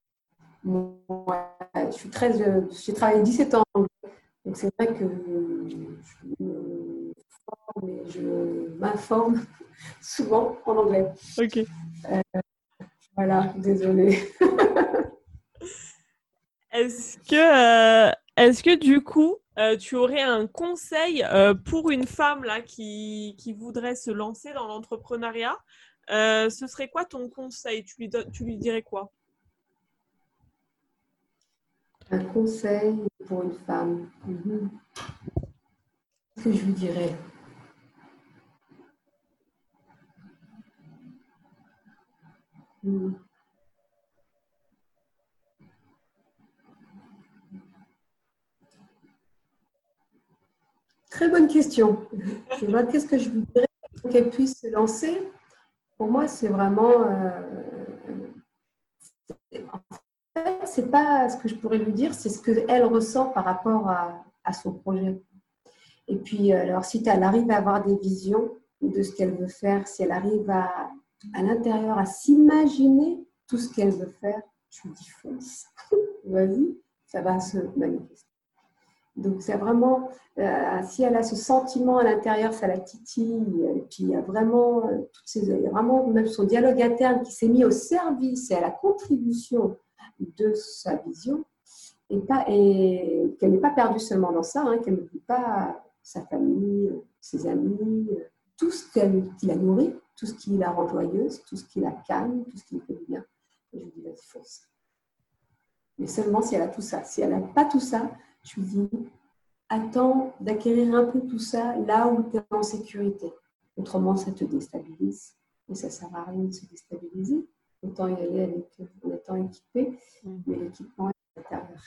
Ouais, j'ai travaillé 17 ans en anglais. Donc, c'est vrai que je m'informe souvent en anglais. Ok. Voilà, désolée. Est-ce que du coup, tu aurais un conseil pour une femme là qui voudrait se lancer dans l'entrepreneuriat? Ce serait quoi ton conseil? Tu lui dirais quoi? Un conseil pour une femme. Qu'est-ce que je lui dirais? Très bonne question. Qu'est-ce que je lui dirais pour qu'elle puisse se lancer? Pour moi, c'est vraiment... en fait, c'est pas ce que je pourrais lui dire, c'est ce qu'elle ressent par rapport à son projet. Et puis, alors, si elle arrive à avoir des visions de ce qu'elle veut faire, si elle arrive à l'intérieur à s'imaginer tout ce qu'elle veut faire, je lui dis fonce. Vas-y, ça va se manifester. Donc, c'est vraiment, si elle a ce sentiment à l'intérieur, ça la titille, et puis il y a vraiment, vraiment même son dialogue interne qui s'est mis au service et à la contribution de sa vision, et qu'elle n'est pas perdue seulement dans ça, hein, qu'elle n'oublie pas sa famille, ses amis, tout ce qui la nourrit, tout ce qui la rend joyeuse, tout ce qui la calme, tout ce qui lui fait du bien. Et je lui dis, vas-y, fonce. Mais seulement si elle a tout ça. Si elle n'a pas tout ça, je lui dis, attends d'acquérir un peu tout ça là où tu es en sécurité. Autrement, ça te déstabilise. Et ça ne sert à rien de se déstabiliser. Autant y aller en étant équipé, mais l'équipement est à l'intérieur.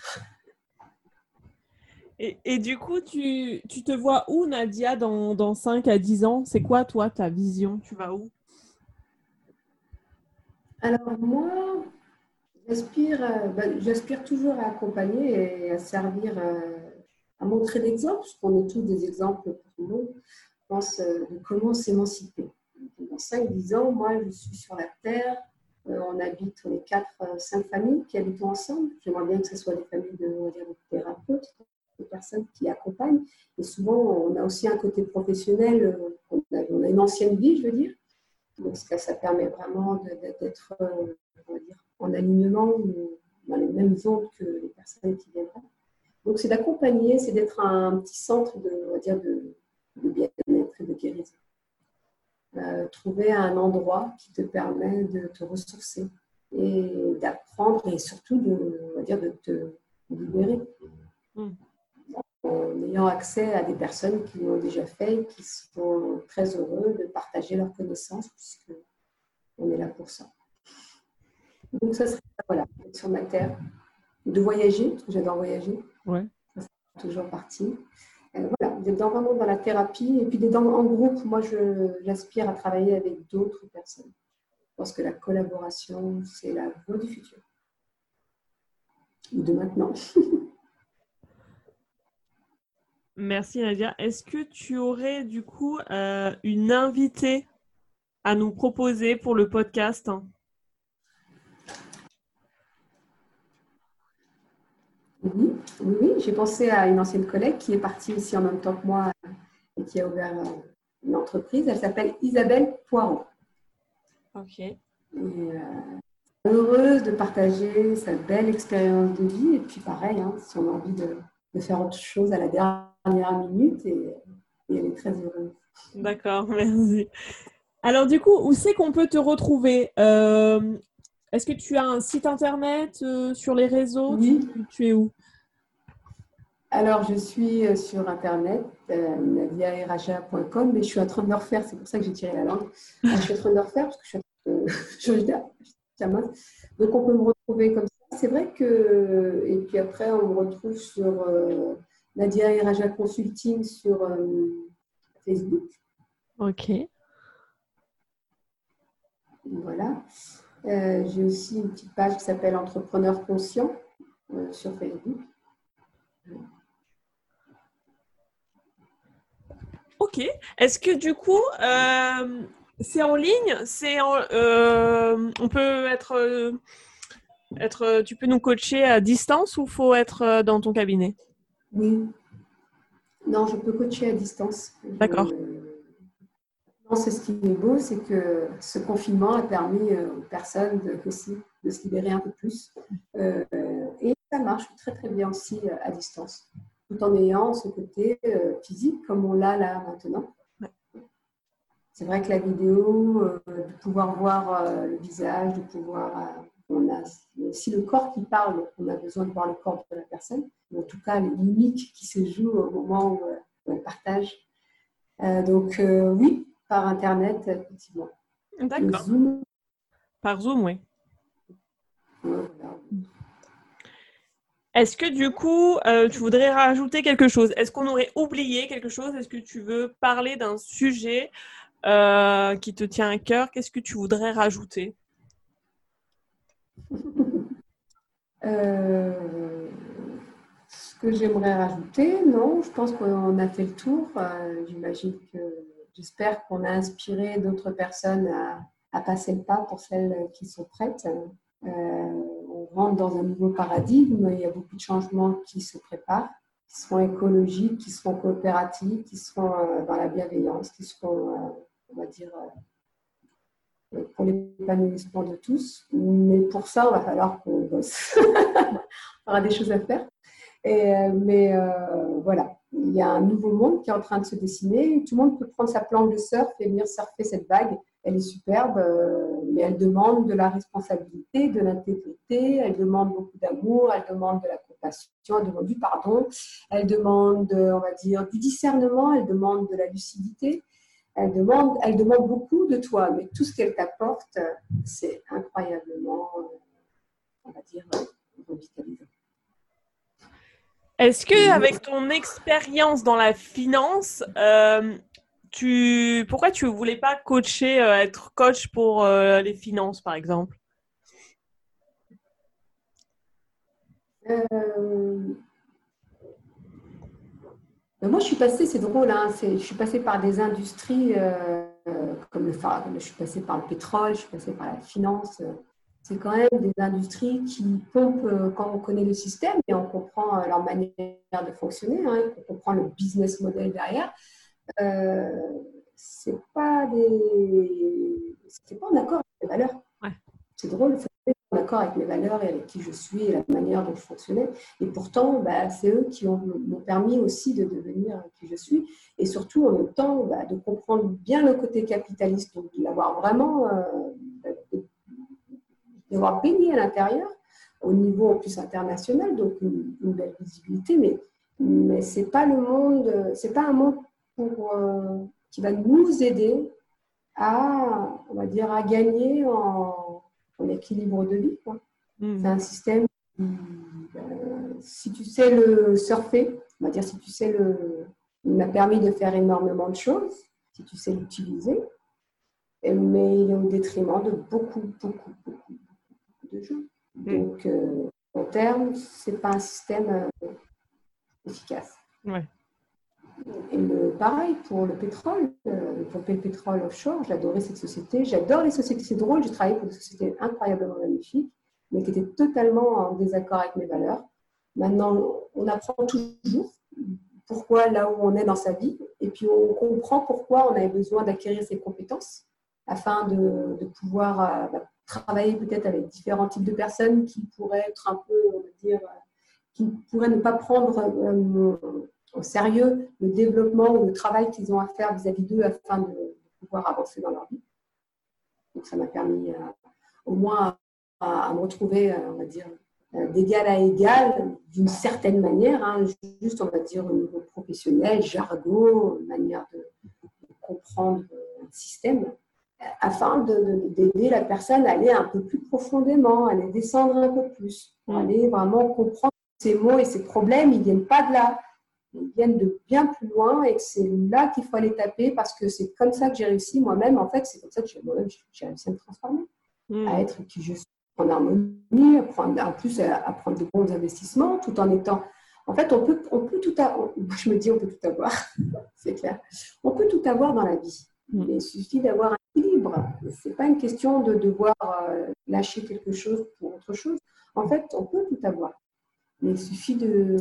Et du coup, tu te vois où, Nadia, dans 5 à 10 ans? C'est quoi, toi, ta vision? Tu vas où? Alors moi, J'aspire toujours à accompagner et à servir, à montrer l'exemple, parce qu'on est tous des exemples pour tout le monde, je pense, de comment s'émanciper. Dans 5-10 ans, moi, je suis sur la Terre. On est 4-5 familles qui habitent ensemble. J'aimerais bien que ce soit des familles de thérapeutes, des personnes qui accompagnent. Et souvent, on a aussi un côté professionnel. On a une ancienne vie, je veux dire. Donc, ça permet vraiment d'être, on va dire, en alignement dans les mêmes ondes que les personnes qui viennent là. Donc, c'est d'accompagner, c'est d'être un petit centre on va dire, de bien-être et de guérison. Trouver un endroit qui te permet de te ressourcer et d'apprendre et surtout on va dire, de te libérer. En ayant accès à des personnes qui l'ont déjà fait et qui sont très heureux de partager leurs connaissances puisqu'on est là pour ça. Donc ça serait voilà, être sur ma terre, de voyager, parce que j'adore voyager. Ouais. Ça c'est toujours partie. Voilà, d'être vraiment dans la thérapie et puis d'être en groupe. Moi, j'aspire à travailler avec d'autres personnes. Je pense que la collaboration, c'est la voie du futur. De maintenant. Merci Nadia. Est-ce que tu aurais du coup une invitée à nous proposer pour le podcast? Oui, j'ai pensé à une ancienne collègue qui est partie ici en même temps que moi et qui a ouvert une entreprise. Elle s'appelle Isabelle Poiron. Ok. Et, heureuse de partager sa belle expérience de vie. Et puis pareil, si on a envie de faire autre chose à la dernière minute, et elle est très heureuse. D'accord, merci. Alors du coup, où c'est qu'on peut te retrouver? Est-ce que tu as un site internet sur les réseaux? Oui. Tu es où? Alors, je suis sur Internet, nadiaeraja.com, mais je suis en train de me refaire, c'est pour ça que j'ai tiré la langue. Je suis en train de me refaire parce que je suis donc, on peut me retrouver comme ça. C'est vrai que, et puis après, on me retrouve sur Nadia et Raja Consulting sur Facebook. Ok. Voilà. J'ai aussi une petite page qui s'appelle Entrepreneur Conscient sur Facebook. Ok. Est-ce que du coup, c'est en ligne? On peut tu peux nous coacher à distance ou faut être dans ton cabinet? Oui. Non, je peux coacher à distance. D'accord. Non, c'est ce qui est beau, c'est que ce confinement a permis aux personnes aussi de se libérer un peu plus. Et ça marche très très bien aussi à distance, tout en ayant ce côté physique comme on l'a là maintenant. Ouais. C'est vrai que la vidéo, de pouvoir voir le visage, de pouvoir... on a aussi le corps qui parle, on a besoin de voir le corps de la personne, ou en tout cas les mimiques qui se jouent au moment où on partage. Donc oui, par Internet, effectivement. D'accord. Zoom. Par Zoom, oui. Voilà. Est-ce que du coup, tu voudrais rajouter quelque chose? Est-ce qu'on aurait oublié quelque chose? Est-ce que tu veux parler d'un sujet qui te tient à cœur? Qu'est-ce que tu voudrais rajouter? Ce que j'aimerais rajouter, non, je pense qu'on a fait le tour. J'espère qu'on a inspiré d'autres personnes à passer le pas pour celles qui sont prêtes. On rentre dans un nouveau paradigme, il y a beaucoup de changements qui se préparent, qui seront écologiques, qui seront coopératifs, qui seront dans la bienveillance, qui seront, on va dire, pour l'épanouissement de tous. Mais pour ça, il va falloir qu'on bosse. On aura des choses à faire. Mais voilà, il y a un nouveau monde qui est en train de se dessiner. Tout le monde peut prendre sa planche de surf et venir surfer cette vague. Elle est superbe, mais elle demande de la responsabilité, de l'intégrité, elle demande beaucoup d'amour, elle demande de la compassion, elle demande du pardon, elle demande, on va dire, du discernement, elle demande de la lucidité, elle demande beaucoup de toi, mais tout ce qu'elle t'apporte, c'est incroyablement, on va dire, revitalisant. Est-ce que avec ton expérience dans la finance, pourquoi tu ne voulais pas coacher, être coach pour les finances, par exemple? Euh, Moi, je suis passée, c'est drôle, hein, je suis passée par des industries comme je suis passée par le pétrole, je suis passée par la finance. C'est quand même des industries qui pompent quand on connaît le système et on comprend leur manière de fonctionner, hein, on comprend le business model derrière. Euh, c'est pas en accord avec les valeurs. Ouais. C'est drôle, c'est en accord avec mes valeurs et avec qui je suis et la manière dont je fonctionnais. Et pourtant, c'est eux qui m'ont permis aussi de devenir qui je suis. Et surtout, en même temps, de comprendre bien le côté capitaliste, donc de l'avoir vraiment, d'avoir baigné à l'intérieur, au niveau en plus international, donc une belle visibilité. Mais ce n'est pas le monde, c'est pas un monde qui va nous aider on va dire, à gagner en équilibre de vie, quoi. C'est un système qui, si tu sais le surfer, on va dire, si tu sais il m'a permis de faire énormément de choses, si tu sais l'utiliser, mais il est au détriment de beaucoup de gens. Donc, en terme, ce n'est pas un système efficace. Ouais. Et pareil pour le pétrole, pour le pétrole offshore, j'adorais cette société. J'adore les sociétés, c'est drôle, j'ai travaillé pour des sociétés incroyablement magnifiques, mais qui étaient totalement en désaccord avec mes valeurs. Maintenant, on apprend toujours pourquoi là où on est dans sa vie, et puis on comprend pourquoi on avait besoin d'acquérir ces compétences afin de pouvoir travailler peut-être avec différents types de personnes qui pourraient être un peu, on va dire, qui pourraient ne pas prendre au sérieux le développement ou le travail qu'ils ont à faire vis-à-vis d'eux afin de pouvoir avancer dans leur vie. Donc, ça m'a permis au moins à me retrouver, on va dire, d'égal à égal, d'une certaine manière, hein, juste, on va dire, au niveau professionnel, jargon, manière de comprendre un système, afin d'aider la personne à aller un peu plus profondément, à aller descendre un peu plus, pour aller vraiment comprendre ces mots et ces problèmes, ils ne viennent pas de là. Ils viennent de bien plus loin et que c'est là qu'il faut aller taper parce que c'est comme ça que j'ai réussi moi-même. En fait, c'est comme ça que j'ai réussi à me transformer, à être qui je suis en harmonie, en plus à prendre de bons investissements tout en étant. En fait, on peut tout avoir. Je me dis, on peut tout avoir, c'est clair. On peut tout avoir dans la vie, mais il suffit d'avoir un équilibre. Ce n'est pas une question de devoir lâcher quelque chose pour autre chose. En fait, on peut tout avoir. Mais il suffit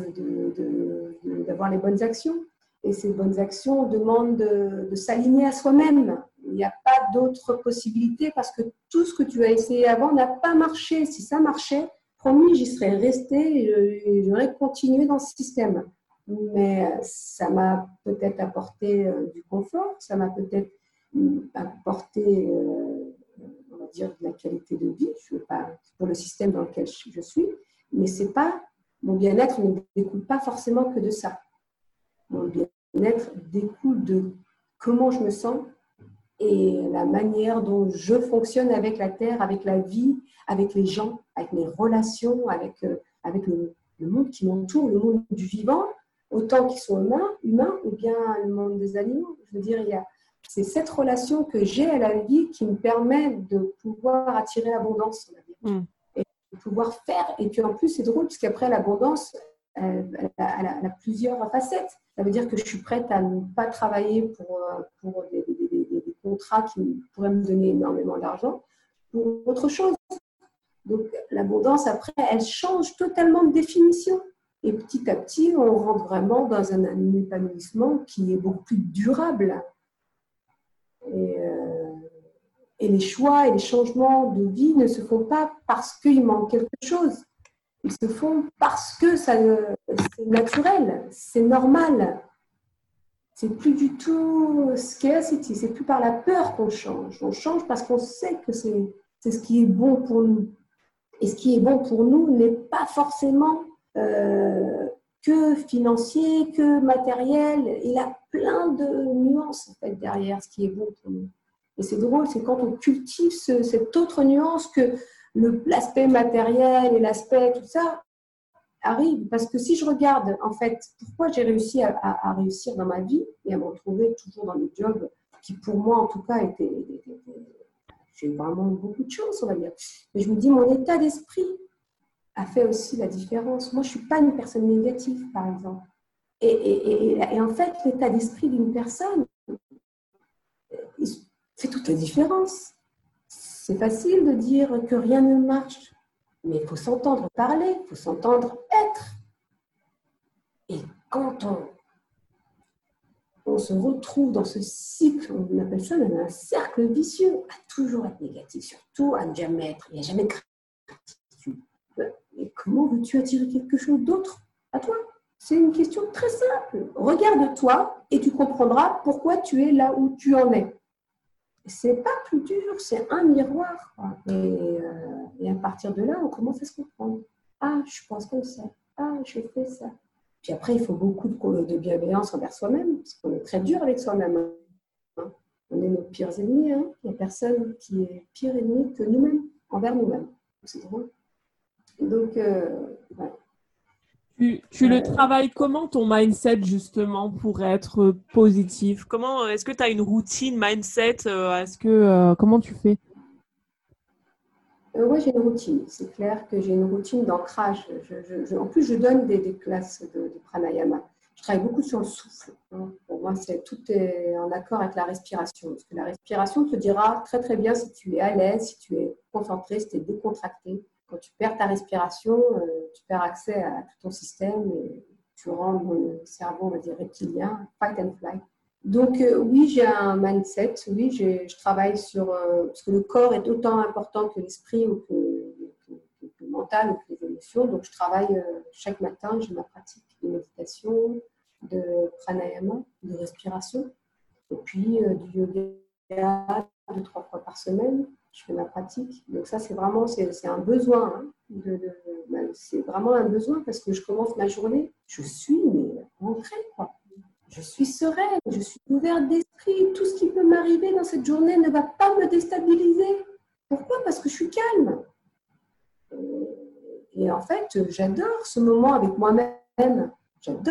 d'avoir les bonnes actions. Et ces bonnes actions demandent de s'aligner à soi-même. Il n'y a pas d'autre possibilité parce que tout ce que tu as essayé avant n'a pas marché. Si ça marchait, promis, j'y serais restée et j'aurais continué dans ce système. Mais ça m'a peut-être apporté du confort, ça m'a peut-être apporté, on va dire, de la qualité de vie. Je veux pas, pour le système dans lequel je suis. Mais c'est pas. Mon bien-être ne découle pas forcément que de ça. Mon bien-être découle de comment je me sens et la manière dont je fonctionne avec la terre, avec la vie, avec les gens, avec mes relations, avec le monde qui m'entoure, le monde du vivant, autant qu'ils sont humains ou bien le monde des animaux. Je veux dire, c'est cette relation que j'ai à la vie qui me permet de pouvoir attirer l'abondance. De pouvoir faire. Et puis en plus, c'est drôle, parce qu'après, l'abondance, elle a plusieurs facettes. Ça veut dire que je suis prête à ne pas travailler pour des contrats qui pourraient me donner énormément d'argent, pour autre chose. Donc, l'abondance, après, elle change totalement de définition. Et petit à petit, on rentre vraiment dans un épanouissement qui est beaucoup plus durable. Et les choix et les changements de vie ne se font pas parce qu'il manque quelque chose. Ils se font parce que c'est naturel, c'est normal. C'est plus du tout scarcity, c'est plus par la peur qu'on change. On change parce qu'on sait que c'est ce qui est bon pour nous. Et ce qui est bon pour nous n'est pas forcément que financier, que matériel. Il y a plein de nuances en fait, derrière ce qui est bon pour nous. Et c'est drôle, c'est quand on cultive cette autre nuance que l'aspect matériel et l'aspect tout ça arrive. Parce que si je regarde, en fait, pourquoi j'ai réussi à réussir dans ma vie et à me retrouver toujours dans des jobs qui, pour moi, en tout cas, j'ai vraiment beaucoup de chance, on va dire. Mais je me dis, mon état d'esprit a fait aussi la différence. Moi, je ne suis pas une personne négative, par exemple. Et en fait, l'état d'esprit d'une personne fait toute la différence. C'est facile de dire que rien ne marche, mais il faut s'entendre parler, il faut s'entendre être. Et quand on se retrouve dans ce cycle, on appelle ça même un cercle vicieux, à toujours être négatif, surtout à ne jamais être, il n'y a jamais de gratitude. Et comment veux-tu attirer quelque chose d'autre à toi? C'est une question très simple. Regarde-toi et tu comprendras pourquoi tu es là où tu en es. C'est pas plus dur, c'est un miroir. Et à partir de là, on commence à se comprendre. Ah, je pense comme ça. Ah, je fais ça. Puis après, il faut beaucoup de bienveillance envers soi-même, parce qu'on est très dur avec soi-même. Hein. On est nos pires ennemis. Hein. Il n'y a personne qui est pire ennemi que nous-mêmes, envers nous-mêmes. C'est drôle. Donc, ouais. Tu le travailles comment ton mindset justement pour être positif? Comment est-ce que tu as une routine mindset? Comment tu fais? Oui, j'ai une routine. C'est clair que j'ai une routine d'ancrage. En plus, je donne des classes de pranayama. Je travaille beaucoup sur le souffle. Hein. Pour moi, tout est en accord avec la respiration. Parce que la respiration te dira très très bien si tu es à l'aise, si tu es concentré, si tu es décontracté. Quand tu perds ta respiration, tu perds accès à tout ton système et tu rends le cerveau, on va dire, reptilien, fight and flight. Donc oui, j'ai un mindset, oui, je travaille sur... parce que le corps est autant important que l'esprit ou que le mental ou que les émotions. Donc je travaille chaque matin, j'ai ma pratique de méditation, de pranayama, de respiration. Et puis du yoga 2-3 fois par semaine. Je fais ma pratique. Donc ça, c'est vraiment un besoin. Hein, c'est vraiment un besoin parce que je commence ma journée, je suis ancrée, quoi. Je suis sereine, je suis ouverte d'esprit. Tout ce qui peut m'arriver dans cette journée ne va pas me déstabiliser. Pourquoi? Parce que je suis calme. Et en fait, j'adore ce moment avec moi-même. J'adore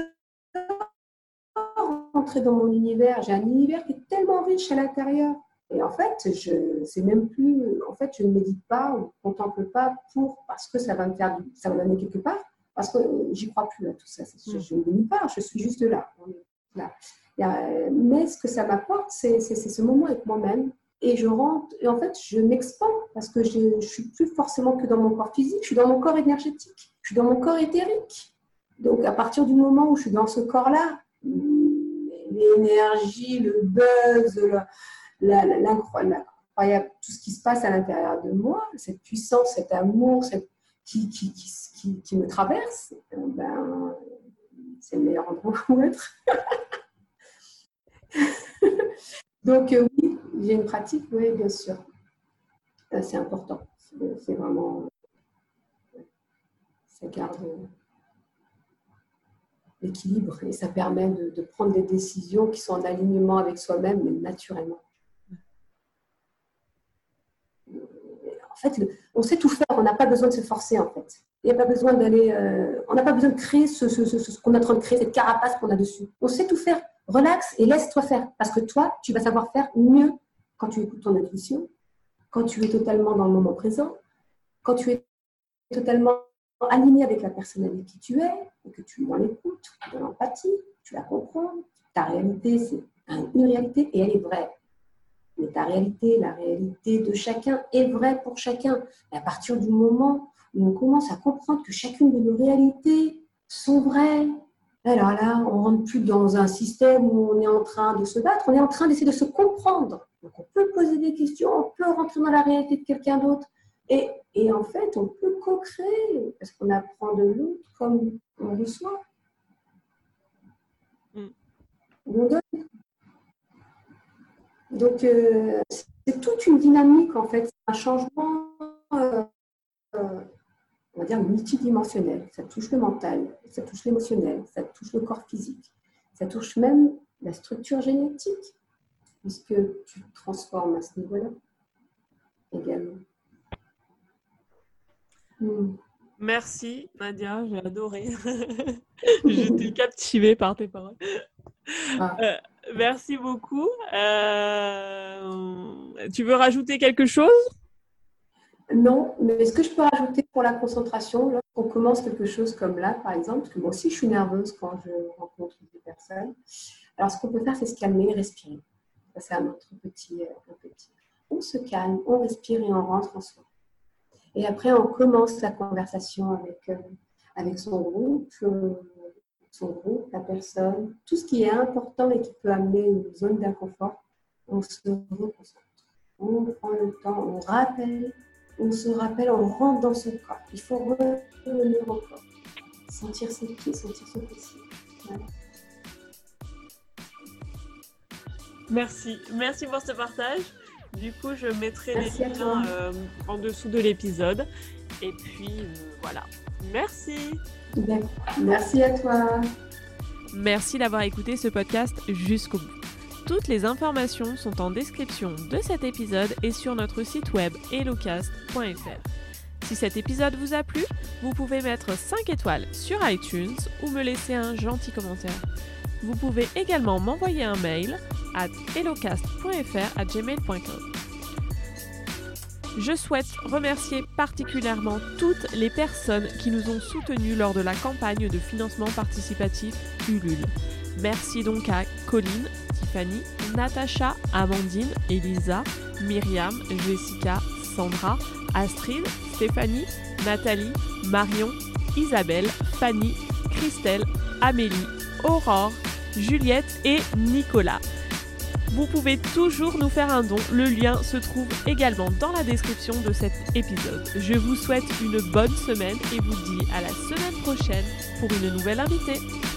rentrer dans mon univers. J'ai un univers qui est tellement riche à l'intérieur. Et en fait, c'est même plus. En fait, je ne médite pas ou ne contemple pas parce que ça va m'amener quelque part. Parce que j'y crois plus à tout ça. Je ne médite pas. Je suis juste là. Là. Mais ce que ça m'apporte, c'est ce moment avec moi-même. Et je rentre, et en fait, je m'expande parce que je ne suis plus forcément que dans mon corps physique, je suis dans mon corps énergétique, je suis dans mon corps éthérique. Donc, à partir du moment où je suis dans ce corps-là, l'énergie, le buzz, l'incroyable, tout ce qui se passe à l'intérieur de moi, cette puissance, cet amour qui me traverse, c'est le meilleur endroit où être. Donc oui, j'ai une pratique, oui, bien sûr. C'est important. C'est vraiment... Ça garde l'équilibre et ça permet de prendre des décisions qui sont en alignement avec soi-même, mais naturellement. En fait, on sait tout faire, on n'a pas besoin de se forcer, en fait. Il n'y a pas besoin d'aller... on n'a pas besoin de créer ce qu'on est en train de créer, cette carapace qu'on a dessus. On sait tout faire. Relax et laisse-toi faire. Parce que toi, tu vas savoir faire mieux quand tu écoutes ton intuition, quand tu es totalement dans le moment présent, quand tu es totalement aligné avec la personne avec qui tu es, et que tu es dans l'écoute, dans l'empathie, tu la comprends. Ta réalité, c'est une réalité et elle est vraie. Mais ta réalité, la réalité de chacun est vraie pour chacun. Et à partir du moment où on commence à comprendre que chacune de nos réalités sont vraies, alors là, on ne rentre plus dans un système où on est en train de se battre, on est en train d'essayer de se comprendre. Donc on peut poser des questions, on peut rentrer dans la réalité de quelqu'un d'autre. Et en fait, on peut co-créer, parce qu'on apprend de l'autre comme on reçoit. On donne. Donc, c'est toute une dynamique, en fait, un changement, on va dire, multidimensionnel. Ça touche le mental, ça touche l'émotionnel, ça touche le corps physique, ça touche même la structure génétique, puisque tu te transformes à ce niveau-là également. Merci Nadia, j'ai adoré. J'étais captivée par tes paroles. Merci beaucoup. Tu veux rajouter quelque chose? Non, mais ce que je peux rajouter pour la concentration, lorsqu'on commence quelque chose comme là, par exemple, parce que moi aussi je suis nerveuse quand je rencontre des personnes, alors ce qu'on peut faire, c'est se calmer et respirer. Ça, c'est un autre petit. On se calme, on respire et on rentre en soi. Et après, on commence la conversation avec son groupe, la personne, tout ce qui est important et qui peut amener une zone d'inconfort, on se reconcentre. On prend le temps, on se rappelle, on rentre dans son corps. Il faut revenir au corps, sentir ses pieds, sentir son fessier. Voilà. Merci pour ce partage. Du coup, je mettrai les liens en dessous de l'épisode. Et puis, voilà. Merci. Merci à toi. Merci d'avoir écouté ce podcast jusqu'au bout. Toutes les informations sont en description de cet épisode et sur notre site web hellocast.fr. Si cet épisode vous a plu, vous pouvez mettre 5 étoiles sur iTunes ou me laisser un gentil commentaire. Vous pouvez également m'envoyer un mail à hellocast.fr@gmail.com. Je souhaite remercier particulièrement toutes les personnes qui nous ont soutenus lors de la campagne de financement participatif Ulule. Merci donc à Colline, Tiffany, Natacha, Amandine, Elisa, Myriam, Jessica, Sandra, Astrid, Stéphanie, Nathalie, Marion, Isabelle, Fanny, Christelle, Amélie, Aurore, Juliette et Nicolas. Vous pouvez toujours nous faire un don, le lien se trouve également dans la description de cet épisode. Je vous souhaite une bonne semaine et vous dis à la semaine prochaine pour une nouvelle invitée.